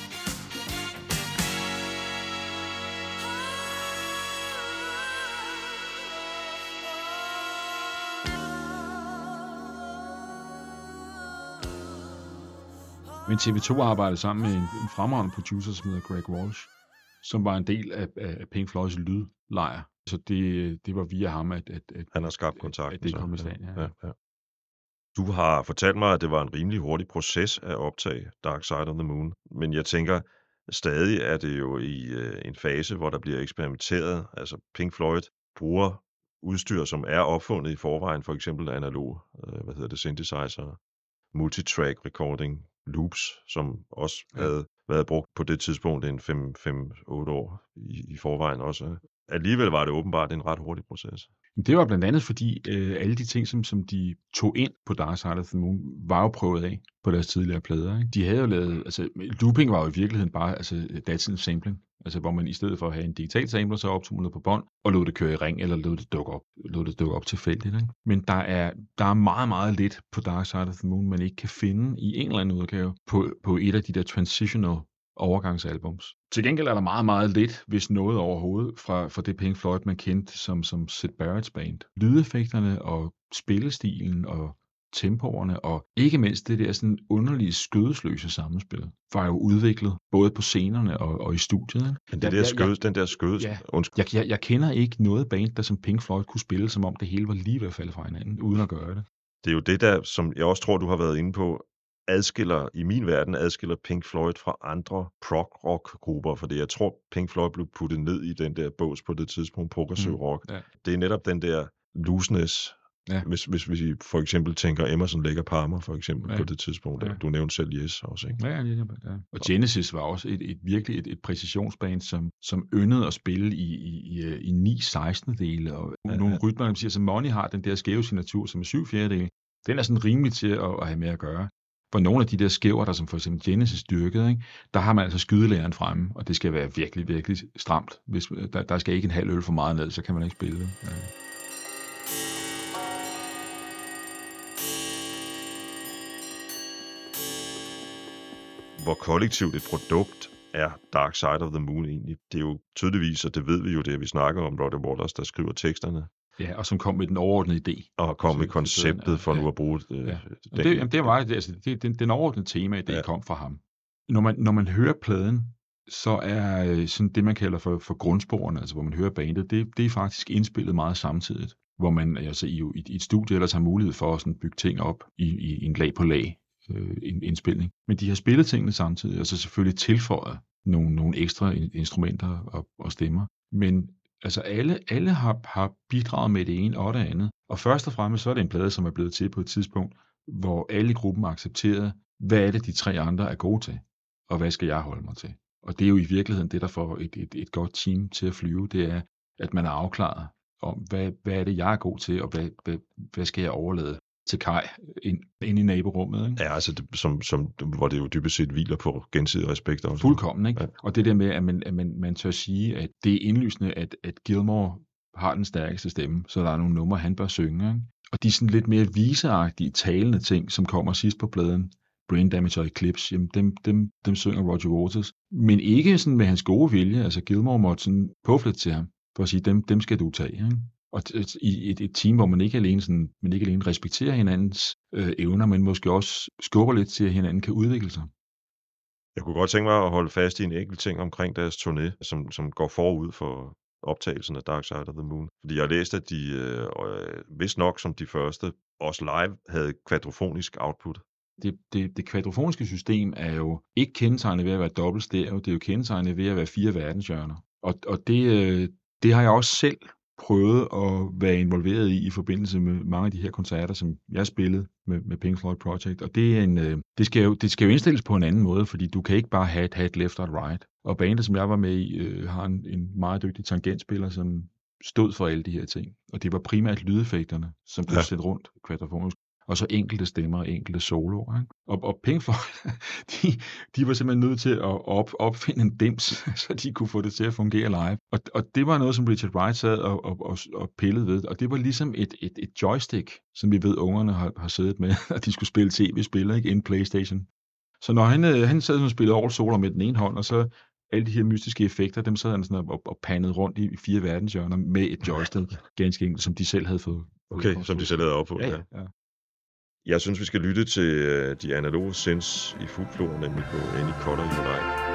Speaker 1: Men TV2 arbejdede sammen med en fremragende producer, som hedder Greg Walsh, som var en del af Pink Floyds lydlejr. Så det var via ham, at
Speaker 2: han har skabt kontakt.
Speaker 1: At det kom i stand, ja.
Speaker 2: Du har fortalt mig, at det var en rimelig hurtig proces at optage Dark Side of the Moon. Men jeg tænker, stadig er det jo i en fase, hvor der bliver eksperimenteret. Altså Pink Floyd bruger udstyr, som er opfundet i forvejen, for eksempel analog, synthesizer, multitrack recording, loops, som også havde været brugt på det tidspunkt en 5-8 år i forvejen også. Alligevel var det åbenbart en ret hurtig proces.
Speaker 1: Det var blandt andet fordi alle de ting, som de tog ind på Dark Side of the Moon, var jo prøvet af på deres tidligere plader. Ikke? De havde jo lavet, altså looping var jo i virkeligheden bare datidens sampling. Altså hvor man i stedet for at have en digital sampler, så optog man noget på bånd og lod det køre i ring, eller lod det dukke op tilfældigt. Ikke? Men der er meget, meget lidt på Dark Side of the Moon, man ikke kan finde i en eller anden udgave på et af de der transitional overgangsalbums. Til gengæld er der meget, meget lidt, hvis noget overhovedet, fra det Pink Floyd, man kendte som Syd Barrett's band. Lydeffekterne og spillestilen og tempoerne, og ikke mindst det der sådan underlige skødesløse sammenspil, var jo udviklet både på scenerne og i studiet.
Speaker 2: Men den der skødes...
Speaker 1: Ja, jeg kender ikke noget band, der som Pink Floyd kunne spille, som om det hele var lige ved at falde fra hinanden, uden at gøre det.
Speaker 2: Det er jo det der, som jeg også tror, du har været inde på, i min verden adskiller Pink Floyd fra andre prog-rock-grupper, fordi jeg tror, Pink Floyd blev puttet ned i den der bås på det tidspunkt, progressiv rock.
Speaker 1: Ja.
Speaker 2: Det er netop den der looseness, hvis vi for eksempel tænker Emerson, Lake og Palmer for eksempel på det tidspunkt. Ja. Du nævnte selv Yes også, ikke?
Speaker 1: Ja. Og Genesis var også virkelig et præcisionsband, som yndede at spille i 9/16 og nogle rytmer, der siger, som Money har den der skæve signatur, som er 7/4. Den er sådan rimelig til at have med at gøre. For nogle af de der skæver, der som for eksempel Genesis dyrkede, ikke, der har man altså skydelæren fremme, og det skal være virkelig, virkelig stramt. Hvis der skal ikke en halv øl for meget ned, så kan man ikke spille det. Ja.
Speaker 2: Hvor kollektivt et produkt er Dark Side of the Moon egentlig. Det er jo tydeligvis, og det ved vi jo, det vi snakker om, Roger Waters, der skriver teksterne.
Speaker 1: Ja, og som kom med den overordnede idé.
Speaker 2: Og kom med konceptet for nu at bruge det.
Speaker 1: Det var den overordnede tema-idé kom fra ham. Når man hører pladen, så er sådan det, man kalder for grundsporene, altså hvor man hører bandet, det er faktisk indspillet meget samtidigt. Hvor man altså i et studie ellers har mulighed for at sådan bygge ting op i en lag på lag. En indspilning. Men de har spillet tingene samtidig, og så selvfølgelig tilføjet nogle ekstra instrumenter og stemmer. Men altså alle har bidraget med det ene og det andet. Og først og fremmest så er det en plade, som er blevet til på et tidspunkt, hvor alle i gruppen accepterede, hvad er det, de tre andre er gode til, og hvad skal jeg holde mig til. Og det er jo i virkeligheden det, der får et godt team til at flyve, det er, at man er afklaret om, hvad er det, jeg er god til, og hvad skal jeg overlade til Kai ind i naborummet. Ikke?
Speaker 2: Ja, altså hvor det jo dybest set hviler på gensidig respekt også.
Speaker 1: Fuldkommen, ikke? Ja. Og det der med, at man tør sige, at det er indlysende, at Gilmour har den stærkeste stemme, så der er nogle numre, han bør synge. Ikke? Og de sådan lidt mere viseagtige, talende ting, som kommer sidst på pladen, Brain Damage og Eclipse, jamen dem synger Roger Waters. Men ikke sådan med hans gode vilje, altså Gilmour måtte sådan puffe til ham, for at sige, dem skal du tage, ikke? Og i et team, hvor man ikke alene respekterer hinandens evner, men måske også skubber lidt til, at hinanden kan udvikle sig.
Speaker 2: Jeg kunne godt tænke mig at holde fast i en enkelt ting omkring deres turné, som går forud for optagelsen af Dark Side of the Moon. Fordi jeg har læst, at de vist nok som de første, også live, havde kvadrofonisk output.
Speaker 1: Det kvadrofoniske system er jo ikke kendetegnet ved at være dobbelt stereo, det er jo kendetegnet ved at være 4 verdenshjørner. Og det har jeg også selv prøvet at være involveret i forbindelse med mange af de her koncerter, som jeg spillede med Pink Floyd Project. Og det skal jo indstilles på en anden måde, fordi du kan ikke bare have et left og et right. Og bandet, som jeg var med i, har en meget dygtig tangentspiller, som stod for alle de her ting. Og det var primært lydeffekterne, som blev sendt rundt kvadrofonisk. Og så enkelte stemmer og enkelte soloer. Ikke? Og Pink Floyd, de var simpelthen nødt til at opfinde en dims, så de kunne få det til at fungere live. Og det var noget, som Richard Wright sad og pillede ved. Og det var ligesom et joystick, som vi ved, ungerne har siddet med, at de skulle spille tv-spil, ikke? En PlayStation. Så når han sad og spillede All Solar med den ene hånd, og så alle de her mystiske effekter, dem sad han sådan og pandede rundt i 4 verdenshjørner med et joystick, ganske enkelt, som de selv havde fået.
Speaker 2: Okay, som de selv havde op på.
Speaker 1: Ja.
Speaker 2: Jeg synes, vi skal lytte til de analoge synths i fuld flor, nemlig på Any Color You Like.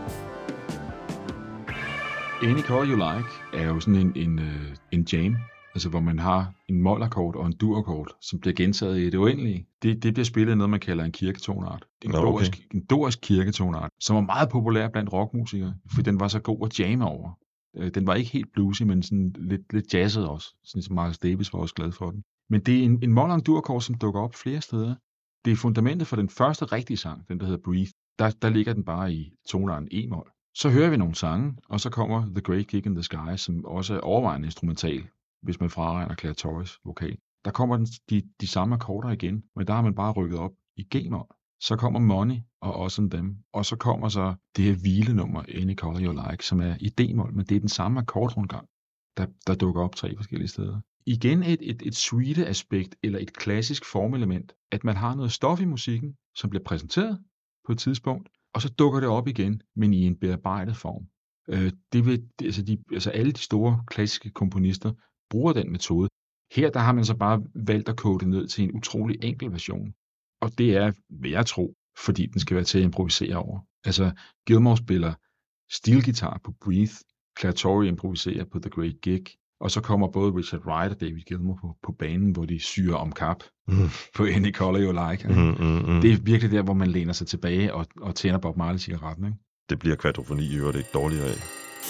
Speaker 2: Any Color You Like er jo sådan en jam,
Speaker 1: altså hvor man har en mol-akkord og en dur-akkord, som bliver gentaget i det uendelige. Det bliver spillet i noget, man kalder en kirketonart. En dorisk kirketonart, som var meget populær blandt rockmusikere, for den var så god at jamme over. Den var ikke helt bluesy, men sådan lidt jazzet også, sådan som Miles Davis var også glad for den. Men det er en mol- og en dur-akkord, som dukker op flere steder. Det er fundamentet for den første rigtige sang, den der hedder Breathe. Der ligger den bare i tonarten E-mol. Så hører vi nogle sange, og så kommer The Great Gig in the Sky, som også er overvejende instrumental, hvis man fraregner Claire Torres vokal. Der kommer de samme akkorder igen, men der har man bare rykket op i G-mol. Så kommer Money og Us & Them, og så kommer så det her hvilenummer, Any Color You Like, som er i D-mol, men det er den samme akkordrundgang, der dukker op 3 forskellige steder. Igen et suite-aspekt, eller et klassisk formelement, at man har noget stof i musikken, som bliver præsenteret på et tidspunkt, og så dukker det op igen, men i en bearbejdet form. Alle de store klassiske komponister bruger den metode. Her der har man så bare valgt at kode det ned til en utrolig enkel version. Og det er, vil jeg tro, fordi den skal være til at improvisere over. Altså, Gilmour spiller stilguitar på Breathe, Claire Torres improviserer på The Great Gig, og så kommer både Richard Wright og David Gilmour på banen, hvor de syrer om kap på Any Color You Like. Det er virkelig der, hvor man læner sig tilbage og tænder Bob Marley-cigaretten. Ikke?
Speaker 2: Det bliver kvadrofoni i øvrigt ikke dårligere af.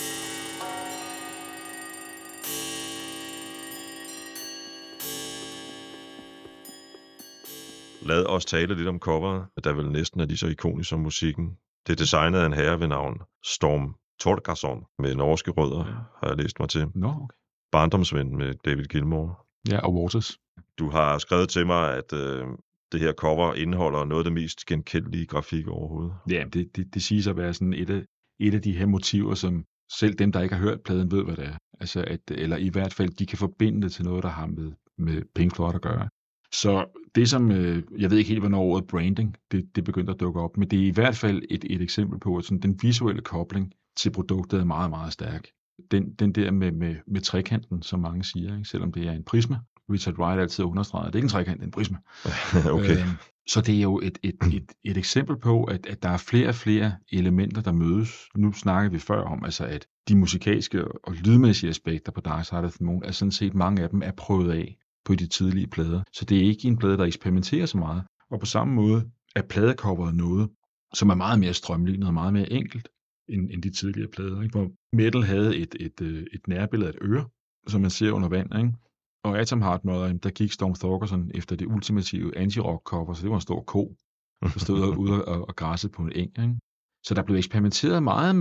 Speaker 2: Lad os tale lidt om coveret, der vel næsten er lige så ikonisk som musikken. Det er designet af en herre ved navn Storm Thordarson med norske rødder, har jeg læst mig til.
Speaker 1: Okay.
Speaker 2: Barndomsven med David Gilmour.
Speaker 1: Ja, og Waters.
Speaker 2: Du har skrevet til mig, at det her cover indeholder noget af det mest genkendelige grafik overhovedet.
Speaker 1: Ja, det siges at være sådan et af de her motiver, som selv dem, der ikke har hørt pladen, ved, hvad det er. Altså eller i hvert fald, de kan forbinde det til noget, der har med Pink Floyd at gøre. Så det som, jeg ved ikke helt, hvornår ordet branding, det begyndte at dukke op, men det er i hvert fald et eksempel på, at sådan, den visuelle kobling til produktet er meget, meget stærk. Den der med trekanten, som mange siger, ikke? Selvom det er en prisme. Richard Wright altid understreget, det er ikke en trekant, det er en prisme.
Speaker 2: Okay.
Speaker 1: Så det er jo et eksempel på, at der er flere og flere elementer, der mødes. Nu snakker vi før om, altså, at de musikalske og lydmæssige aspekter på Dark Side of the Moon, er sådan set mange af dem er prøvet af på de tidlige plader. Så det er ikke en plade, der eksperimenterer så meget. Og på samme måde er pladecoveret noget, som er meget mere strømlignet og meget mere enkelt end de tidligere plader. Ikke? Hvor metal havde et nærbillede af et øre, som man ser under vand. Ikke? Og Atom Heart Mother, der gik Storm Thordarson efter det ultimative anti-rock-cover, så det var en stor ko, der stod ude og græssede på en eng. Ikke? Så der blev eksperimenteret meget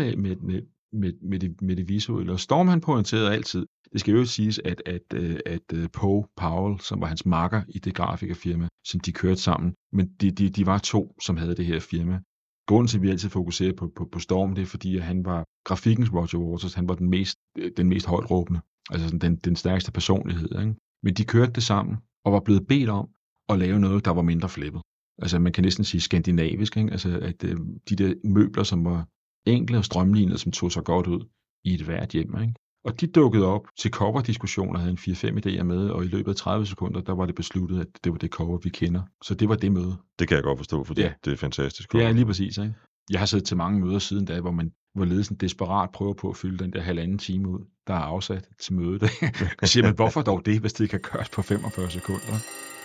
Speaker 1: med det visuelle. Og Storm han pointerede altid, det skal jo siges, at Poe Powell, som var hans makker i det grafikerfirma, som de kørte sammen, men de var 2, som havde det her firma. Grunden til, at vi altid fokuserer på Storm, det er fordi, at han var grafikkens Roger Waters, han var den mest højtråbende, altså den stærkeste personlighed. Ikke? Men de kørte det sammen, og var blevet bedt om at lave noget, der var mindre flippet. Altså man kan næsten sige skandinavisk, ikke? Altså at de der møbler, som var enkle og strømlignede, som tog sig godt ud i et hvert hjem. Ikke? Og de dukkede op til coverdiskussioner, havde en 4-5 idéer med, og i løbet af 30 sekunder, der var det besluttet, at det var det cover, vi kender. Så det var det møde.
Speaker 2: Det kan jeg godt forstå, for det er fantastisk.
Speaker 1: Det er lige præcis, ikke? Jeg har siddet til mange møder siden da, hvor ledelsen desperat prøver på at fylde den der 1,5 time ud, der er afsat til mødet. Så siger man, hvorfor dog det, hvis det kan gøres på 45 sekunder?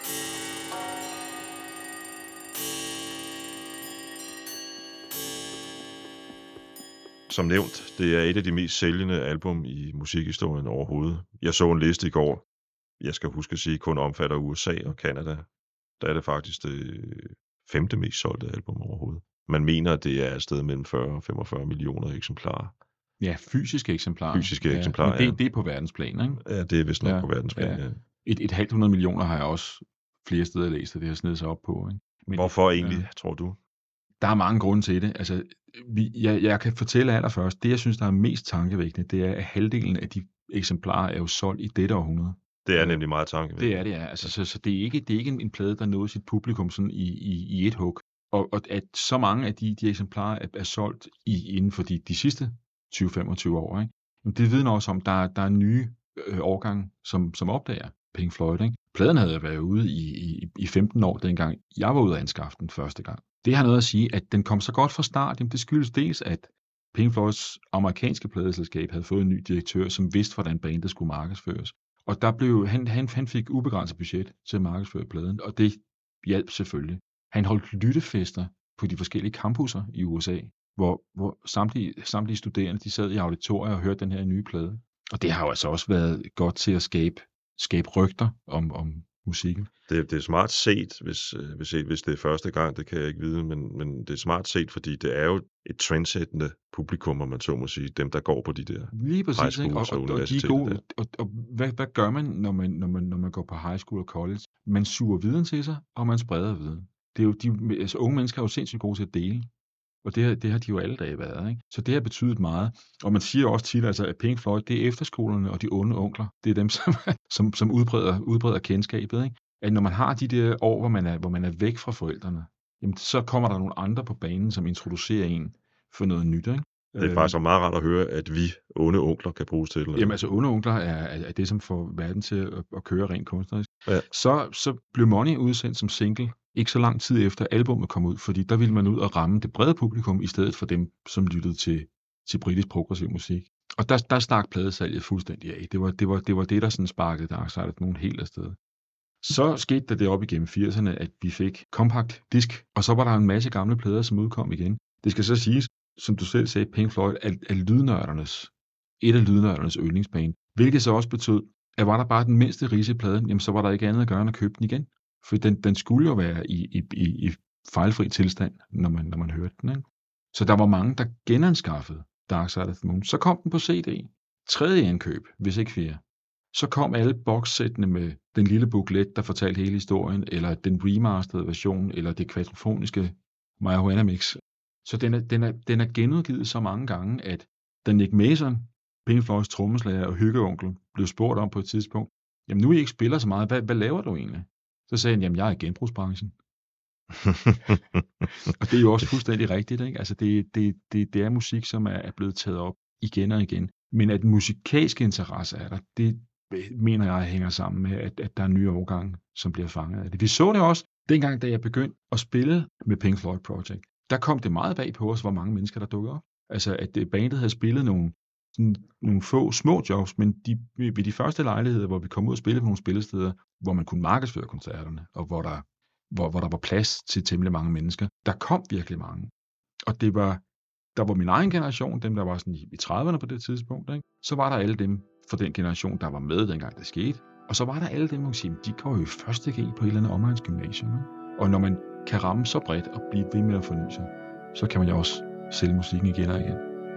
Speaker 2: Som nævnt, det er et af de mest sælgende album i musikhistorien overhovedet. Jeg så en liste i går. Jeg skal huske at sige, kun omfatter USA og Canada. Der er det faktisk det 5. mest solgte album overhovedet. Man mener, at det er et sted mellem 40 og 45 millioner eksemplarer.
Speaker 1: Ja, fysiske eksemplarer.
Speaker 2: Eksemplarer,
Speaker 1: det er på verdensplan, ikke?
Speaker 2: Ja, det er vist nok på verdensplan, ja.
Speaker 1: Et halvt 100 millioner har jeg også flere steder læst, og det har snedet sig op på. Ikke? Men
Speaker 2: hvorfor egentlig, tror du?
Speaker 1: Der er mange grunde til det. Altså, jeg kan fortælle allerførst, det jeg synes, der er mest tankevækkende, det er, at halvdelen af de eksemplarer er jo solgt i dette århundrede.
Speaker 2: Det er nemlig meget tankevækkende.
Speaker 1: Det er det, ja. Altså, så det er ikke en plade, der nåede sit publikum sådan i et hug. Og at så mange af de eksemplarer er solgt inden for de sidste 20-25 år, ikke? Men det vidner også om, at der er nye årgange, som opdager Pink Floyd. Ikke? Pladen havde været ude i 15 år, dengang jeg var ude at anskaffe den første gang. Det har noget at sige, at den kom så godt fra start. Jamen, det skyldes dels, at Pink Floyds amerikanske pladeselskab havde fået en ny direktør, som vidste, hvordan bandet skulle markedsføres. Og der blev han fik ubegrænset budget til at markedsføre pladen, og det hjalp selvfølgelig. Han holdt lyttefester på de forskellige campusser i USA, hvor samtlige studerende, de sad i auditorier og hørte den her nye plade. Og det har jo altså også været godt til at skabe rygter om musikken.
Speaker 2: Det er smart set, hvis det er første gang, det kan jeg ikke vide, men det er smart set, fordi det er jo et trendsættende publikum, om man så må sige, dem der går på de der
Speaker 1: Lige præcis,
Speaker 2: high schools og universiteter.
Speaker 1: Og hvad gør man, når man går på high school og college? Man suger viden til sig, og man spreder viden. Det er jo altså unge mennesker er jo sindssygt gode til at dele. Og det har de jo alle dage været, ikke? Så det har betydet meget. Og man siger også tit, altså, at Pink Floyd, det er efterskolerne og de onde onkler. Det er dem, som udbreder kendskabet, ikke? At når man har de der år, hvor man er væk fra forældrene, jamen, så kommer der nogle andre på banen, som introducerer en for noget nyt, ikke?
Speaker 2: Det er faktisk meget rart at høre, at vi onde onkler kan bruges til det.
Speaker 1: Jamen altså, onde onkler er det, som får verden til at køre rent kunstnerisk.
Speaker 2: Ja.
Speaker 1: Så blev Money udsendt som single, ikke så lang tid efter albumet kom ud, fordi der ville man ud og ramme det brede publikum, i stedet for dem, som lyttede til britisk progressiv musik. Og der stak pladesalget fuldstændig af. Det var det, der sådan sparkede Dark Side of the Moon helt afsted. Så skete der det op igennem 80'erne, at vi fik compact disk, og så var der en masse gamle plader, som udkom igen. Det skal så siges, som du selv sagde, Pink Floyd er et af lydnørdernes yndlingsband, hvilket så også betød, at var der bare den mindste rise i pladen, jamen så var der ikke andet at gøre end at købe den igen. For den skulle jo være i fejlfri tilstand, når man hørte den, ikke? Så der var mange, der genanskaffede Dark Side of the Moon. Så kom den på CD. Tredje indkøb, hvis ikke fjerde. Så kom alle boxsættene med den lille booklet, der fortalte hele historien, eller den remasterede version, eller det kvadrofoniske Marijuana Mix. Så den er genudgivet så mange gange, at da Nick Mason, Pink Floyds trommeslager og hyggeonkel, blev spurgt om på et tidspunkt, jamen nu I ikke spiller så meget, hvad laver du egentlig? Så sagde han, jamen jeg er i genbrugsbranchen. Og det er jo også fuldstændig rigtigt, ikke? Altså det er musik, som er blevet taget op igen og igen. Men at den musikalske interesse er der, det mener jeg hænger sammen med, at der er nye årgange, som bliver fanget af det. Vi så det også dengang, da jeg begyndte at spille med Pink Floyd Project. Der kom det meget bag på os, hvor mange mennesker, der dukkede op. Altså at bandet havde spillet nogle få små jobs, men ved de første lejligheder, hvor vi kom ud og spille på nogle spillesteder, hvor man kunne markedsføre koncerterne, og hvor der var plads til temmelig mange mennesker, der kom virkelig mange. Og der var min egen generation, dem der var sådan i 30'erne på det tidspunkt, ikke? Så var der alle dem fra den generation, der var med dengang det skete, og så var der alle dem, man siger, de går jo i første G på et eller andet omegnsgymnasium, ikke? Og når man kan ramme så bredt og blive ved med at forny sig, så kan man jo også sælge musikken igen og igen.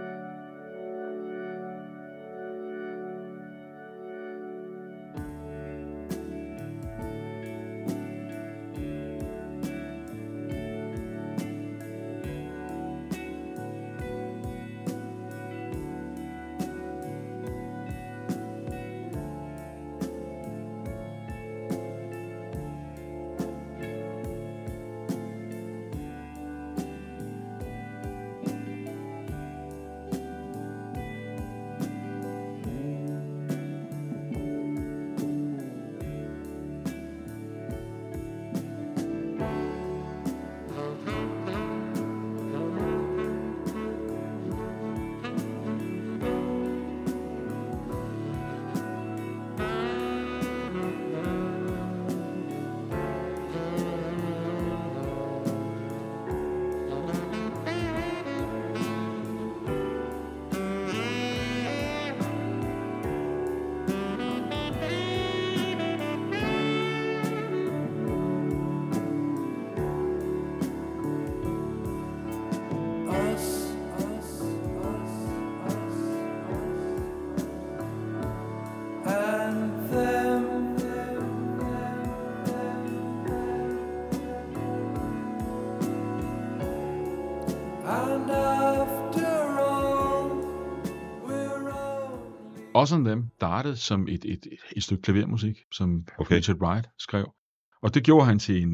Speaker 1: Også om dem startede som et stykke klavermusik, som Richard Wright skrev. Og det gjorde han til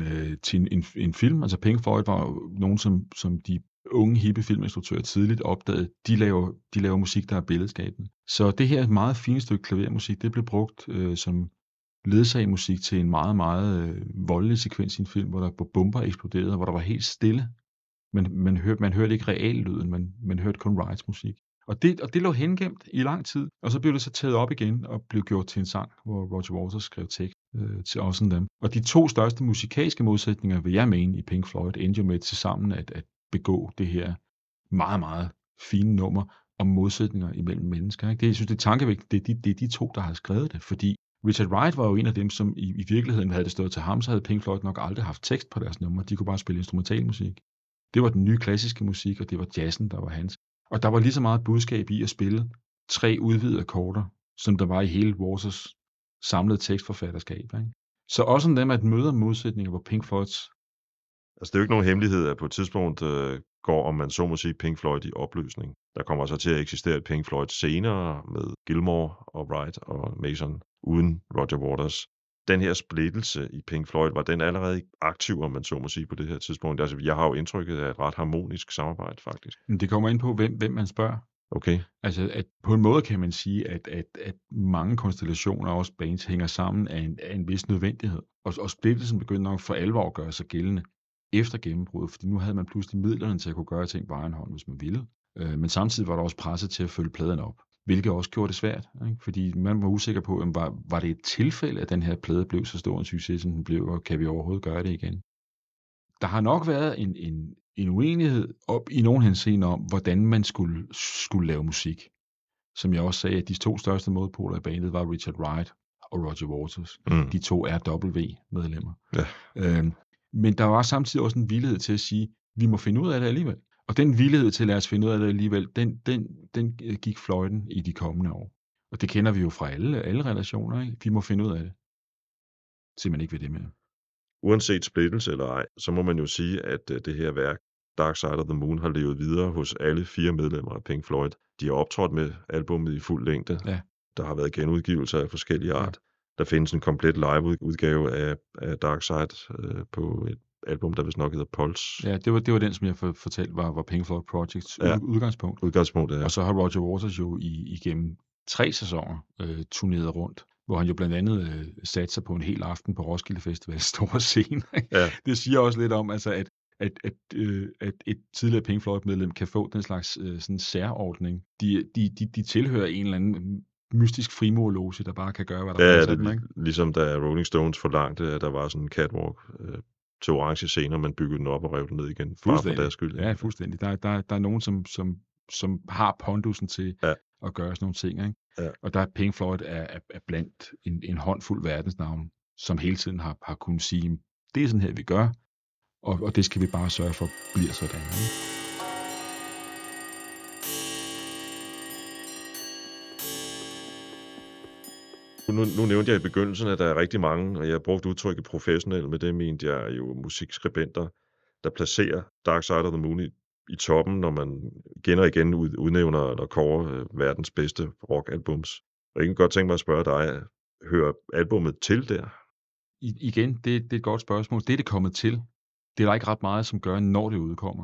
Speaker 1: en film. Altså Pink Floyd var jo nogen, som de unge, hippe filminstruktører tidligt opdagede. De laver musik, der er billedskabende. Så det her meget fine stykke klavermusik, det blev brugt som ledsagemusik til en meget, meget voldelig sekvens i en film, hvor der bomber eksploderede, hvor der var helt stille. Man hørte ikke reallyden, man hørte kun Wrights musik. Og det lå hengemt i lang tid, og så blev det så taget op igen og blev gjort til en sang, hvor Roger Waters skrev tekst til også dem. Og de 2 største musikalske modsætninger, vil jeg mene, i Pink Floyd, endte jo med til sammen at begå det her meget, meget fine nummer om modsætninger imellem mennesker. Ikke? Det, jeg synes, det er tankevækkende, det er de 2, der har skrevet det, fordi Richard Wright var jo en af dem, som i virkeligheden havde det stået til ham, så havde Pink Floyd nok aldrig haft tekst på deres numre. De kunne bare spille instrumentalmusik. Det var den nye klassiske musik, og det var jazzen, der var hans. Og der var lige så meget budskab i at spille 3 udvidede akkorder, som der var i hele Waters samlede tekstforfatterskab. Ikke? Så også sådan dem at møde modsætninger, hvor Pink Floyds...
Speaker 2: Altså, det er jo ikke nogen hemmelighed, at på et tidspunkt går, om man så må sige, Pink Floyd i opløsning. Der kommer så til at eksistere et Pink Floyd senere med Gilmour og Wright og Mason uden Roger Waters. Den her splittelse i Pink Floyd, var den allerede aktiv, om man så må sige, på det her tidspunkt? Altså, jeg har jo indtrykket af et ret harmonisk samarbejde, faktisk.
Speaker 1: Men det kommer ind på, hvem man spørger.
Speaker 2: Okay.
Speaker 1: Altså, at på en måde kan man sige, at mange konstellationer og også bands hænger sammen af en vis nødvendighed. Og splittelsen begyndte nok for alvor at gøre sig gældende efter gennembruddet, fordi nu havde man pludselig midlerne til at kunne gøre ting på egen hånd, hvis man ville. Men samtidig var der også presset til at følge pladen op, hvilket også gjorde det svært, ikke? Fordi man var usikker på, var det et tilfælde, at den her plade blev så stor en succes, som den blev, og kan vi overhovedet gøre det igen? Der har nok været en uenighed op i nogen henseende om, hvordan man skulle lave musik. Som jeg også sagde, at de 2 største modpoler i bandet var Richard Wright og Roger Waters. De 2 RW-medlemmer. Ja. Men der var samtidig også en villighed til at sige, vi må finde ud af det alligevel. Og den villighed til at lade os finde ud af det alligevel, den gik fløjten i de kommende år. Og det kender vi jo fra alle relationer, ikke? Vi må finde ud af det. Simpelthen ikke ved det mere.
Speaker 2: Uanset splittelse eller ej, så må man jo sige, at det her værk, Dark Side of the Moon, har levet videre hos alle 4 medlemmer af Pink Floyd. De har optrådt med albummet i fuld længde. Ja. Der har været genudgivelser af forskellige art. Ja. Der findes en komplet live-udgave af Dark Side på et album, der vist nok hedder Pulse.
Speaker 1: Ja, det var den, som jeg fortalte, var Pink Floyd Projects udgangspunkt.
Speaker 2: Udgangspunkt, ja.
Speaker 1: Og så har Roger Waters jo igennem 3 sæsoner turneret rundt, hvor han jo blandt andet satte sig på en hel aften på Roskilde Festival store scene. Ja. Det siger også lidt om, altså, at et tidligere Pink Floyd-medlem kan få den slags sådan særordning. De tilhører en eller anden mystisk frimurloge, der bare kan gøre, hvad der passer dem, ikke?
Speaker 2: Ligesom da Rolling Stones forlangte, at der var sådan en catwalk til orange scener, man byggede den op og rev den ned igen. For deres skyld.
Speaker 1: Ja, fuldstændig. Der er nogen, som har pondusen til at gøre sådan nogle ting, ikke? Ja. Og der er Pink Floyd er blandt en håndfuld verdensnavne, som hele tiden har kunnet sige, det er sådan her, vi gør, og det skal vi bare sørge for, bliver sådan, ikke?
Speaker 2: Nu nævnte jeg i begyndelsen, at der er rigtig mange, og jeg har brugt udtrykket professionelle, med det mente jeg jo musikskribenter, der placerer Dark Side of the Moon i toppen, når man igen og igen udnævner og kårer verdens bedste rockalbums. Og jeg kan godt tænke mig at spørge dig, hører albumet til der?
Speaker 1: Igen, det er et godt spørgsmål. Det er kommet til. Det er der ikke ret meget, som gør, når det udkommer.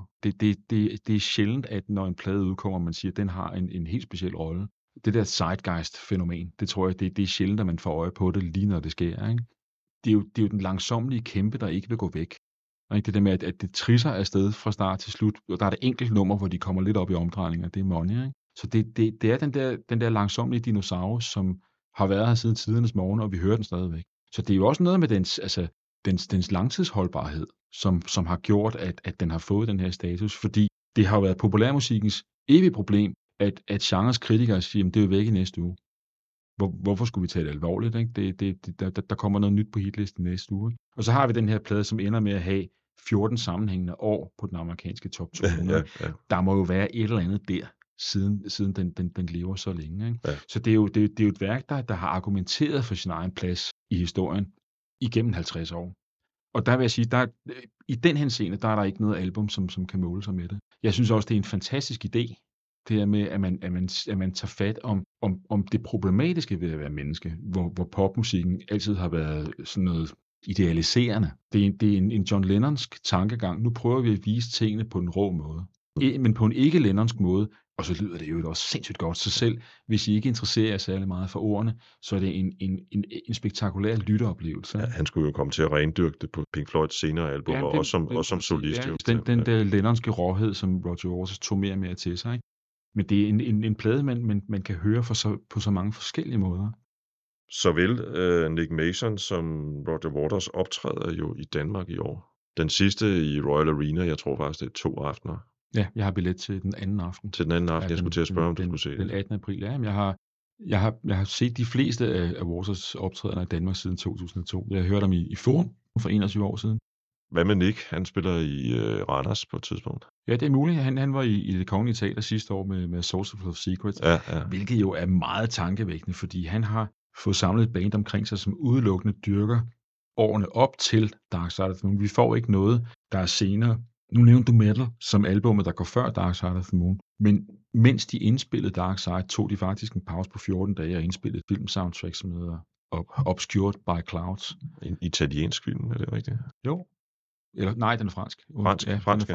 Speaker 1: Det er sjældent, at når en plade udkommer, man siger, at den har en helt speciel rolle. Det der zeitgeist-fænomen, det tror jeg, det er sjældent, at man får øje på det, lige når det sker. Ikke? Det er jo den langsommelige kæmpe, der ikke vil gå væk. Ikke? Det der med, at det trisser afsted fra start til slut, og der er et enkelt nummer, hvor de kommer lidt op i omdrejninger, det er Money. Ikke? Så det er den der langsommelige dinosaurus, som har været her siden tidernes morgen, og vi hører den stadigvæk. Så det er jo også noget med dens langtidsholdbarhed, som har gjort, at den har fået den her status, fordi det har jo været populærmusikkens evige problem, at genres kritikere siger, at det er jo væk i næste uge. Hvorfor skulle vi tage det alvorligt? Ikke? Der kommer noget nyt på hitlisten næste uge. Ikke? Og så har vi den her plade, som ender med at have 14 sammenhængende år på den amerikanske top 200. Ja. Der må jo være et eller andet der, siden den lever så længe. Ikke? Ja. Så det er jo et værk, der har argumenteret for sin egen plads i historien igennem 50 år. Og der vil jeg sige, i den henseende, der er der ikke noget album, som kan måle sig med det. Jeg synes også, det er en fantastisk idé, det her med, at man tager fat om det problematiske ved at være menneske, hvor popmusikken altid har været sådan noget idealiserende. Det er en John Lennonsk tankegang. Nu prøver vi at vise tingene på en rå måde, men på en ikke-Lennonsk måde, og så lyder det jo også sindssygt godt. Så selv hvis I ikke interesserer jer særlig meget for ordene, så er det en spektakulær lytteoplevelse.
Speaker 2: Ja, han skulle jo komme til at rendyrke det på Pink Floyds senere album, og som solist.
Speaker 1: Ja, den der Lennonske råhed, som Roger Waters tog mere og mere til sig. Ikke? Men det er en plade, man kan høre på så mange forskellige måder.
Speaker 2: Såvel Nick Mason som Roger Waters optræder jo i Danmark i år. Den sidste i Royal Arena, jeg tror faktisk, det er 2 aftener.
Speaker 1: Ja, jeg har billet til den anden aften.
Speaker 2: Til den anden aften, jeg skulle til at spørge, om du skulle se
Speaker 1: den 18. april. Ja, men jeg har set de fleste af Waters optrædener i Danmark siden 2002. Jeg hørte dem i Forum for 21 år siden.
Speaker 2: Hvad med Nick? Han spiller i Randers på et tidspunkt.
Speaker 1: Ja, det er muligt. Han var i Det Kongelige Teater sidste år med Source of Secrets,
Speaker 2: Ja.
Speaker 1: hvilket jo er meget tankevækkende, fordi han har fået samlet et band omkring sig, som udelukkende dyrker årene op til Dark Side of the Moon. Vi får ikke noget, der er senere. Nu nævnte du Metal som albumet, der går før Dark Side of the Moon. Men mens de indspillede Dark Side, tog de faktisk en pause på 14 dage og indspillede et filmsoundtrack, som hedder Obscured by Clouds.
Speaker 2: En italiensk film, er det rigtigt?
Speaker 1: Jo. Eller, nej, den er fransk.
Speaker 2: Fransk,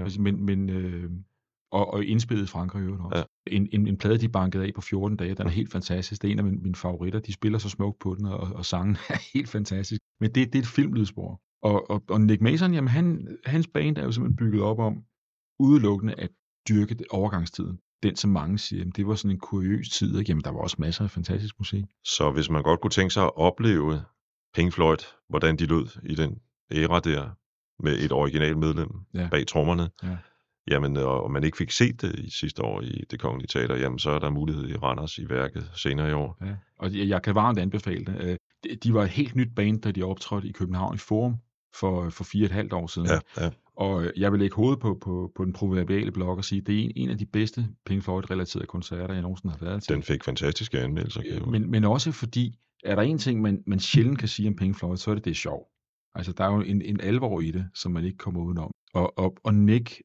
Speaker 1: ja. Og indspillet i Frankrig i øvrigt også. Ja. En plade, de bankede af på 14 dage, den er helt fantastisk. Det er en af mine favoritter. De spiller så smukt på den, og sangen er helt fantastisk. Men det er et filmlydspor. Og Nick Mason, jamen hans band er jo simpelthen bygget op om udelukkende at dyrke overgangstiden. Den, som mange siger, jamen, det var sådan en kuriøs tid, ikke? Jamen, der var også masser af fantastisk musik.
Speaker 2: Så hvis man godt kunne tænke sig at opleve Pink Floyd, hvordan de lød i den æra der, med et originalt medlem bag trommerne, jamen, og man ikke fik set det i sidste år i Det Kongelige Teater, jamen, så er der mulighed i Randers i Værket senere i år.
Speaker 1: Ja. Og jeg kan varmt anbefale det. De var et helt nyt band, da de optrådte i København i Forum for 4,5 år siden.
Speaker 2: Ja.
Speaker 1: Og jeg vil lægge hovedet på den proverbiale blog og sige, at det er en af de bedste Pink Floyd-relaterede koncerter, jeg nogensinde har været til.
Speaker 2: Den fik fantastiske anmeldelser.
Speaker 1: Men også fordi, er der en ting, man sjældent kan sige om Pink Floyd, så er det sjov. Altså, der er jo en alvor i det, som man ikke kommer udenom. Og Nick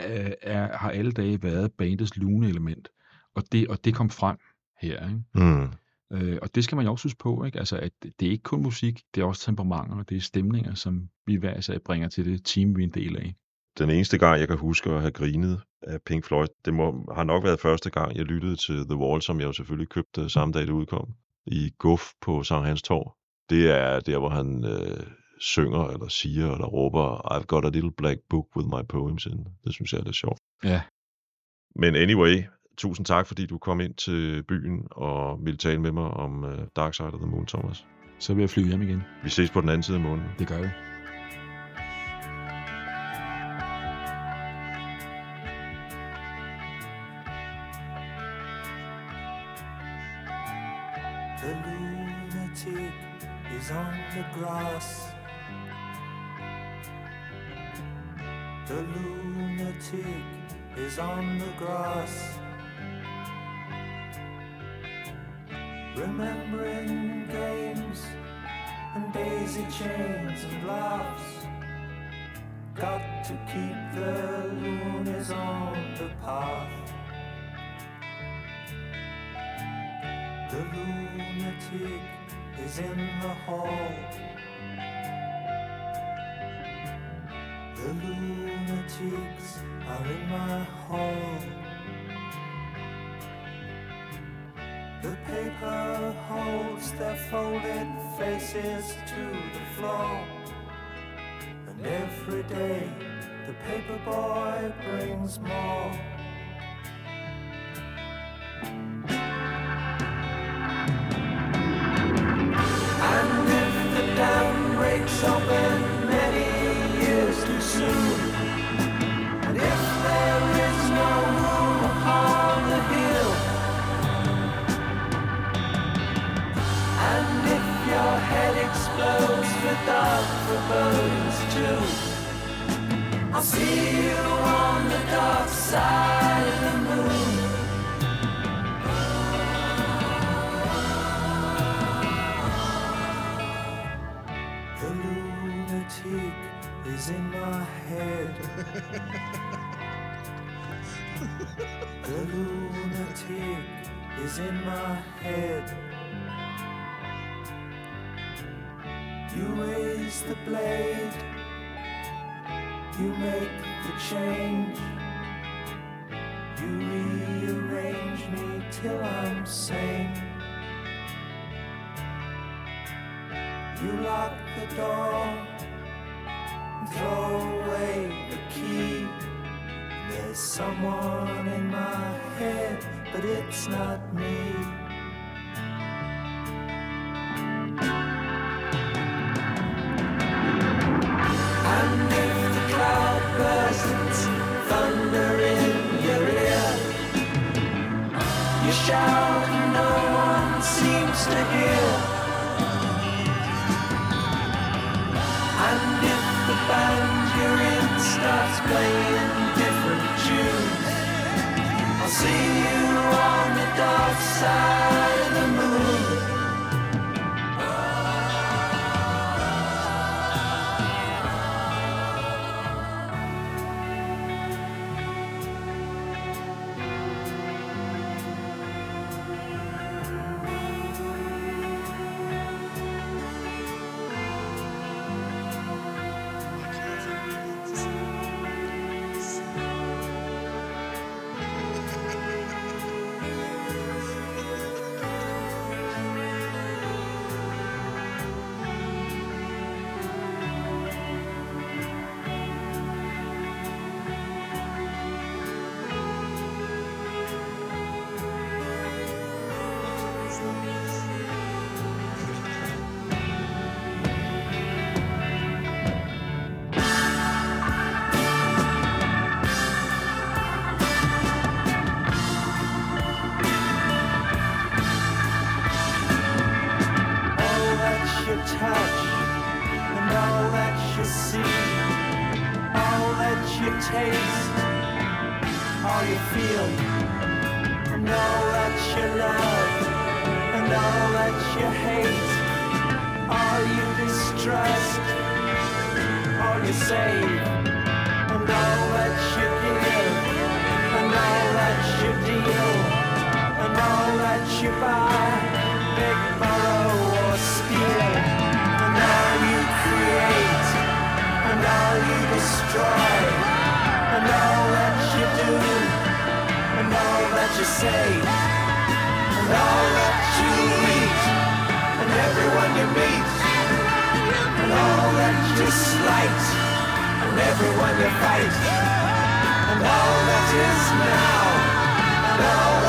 Speaker 1: har alle dage været bandets lune element. Og det kom frem her, ikke? Og det skal man jo også huske på, ikke? Altså, at det er ikke kun musik, det er også temperamenter, og det er stemninger, som vi hver især bringer til det team, vi er en del af.
Speaker 2: Den eneste gang, jeg kan huske at have grinet af Pink Floyd, det har nok været første gang, jeg lyttede til The Wall, som jeg jo selvfølgelig købte samme dag, det udkom, i Guf på Sankt Hans Torv. Det er der, hvor han synger, eller siger, eller råber, I've got a little black book with my poems in. Det synes jeg er lidt sjovt.
Speaker 1: Ja.
Speaker 2: Men anyway, tusind tak, fordi du kom ind til byen og ville tale med mig om Dark Side of the Moon, Thomas.
Speaker 1: Så vil jeg flyve hjem igen.
Speaker 2: Vi ses på den anden side af månen.
Speaker 1: Det gør vi.
Speaker 3: The lunatic is on the grass. The lunatic is on the grass. Remembering games and daisy chains and laughs. Got to keep the loonies on the path. The lunatic is in the hall. The lunatics are in my hall. The paper holds their folded faces to the floor. And every day the paper boy brings more. And if the dam breaks open many years too soon, and if there is no room upon the hill, and if your head explodes with dark forebodings too, I'll see you on the dark side of the moon. The lunatic is in my head. The lunatic is in my head. You raise the blade, you make the change, you rearrange me till I'm sane. You lock the door and throw away the key. There's someone in my head. head, but it's not me. And if the cloud bursts, thunder in your ear, you shout and no one seems to hear. And if the band you're in starts playing different tunes, I'll see you on the dark side of the moon. Touch and all that you see, all that you taste, all you feel, and all that you love, and all that you hate, all you distrust, all you save, and all that you give, and all that you deal, and all that you buy, big, borrow or steal. All you create, and all you destroy, and all that you do, and all that you say, and all that you eat, and everyone you meet, and all that you slight, and everyone you fight, and all that is now, and all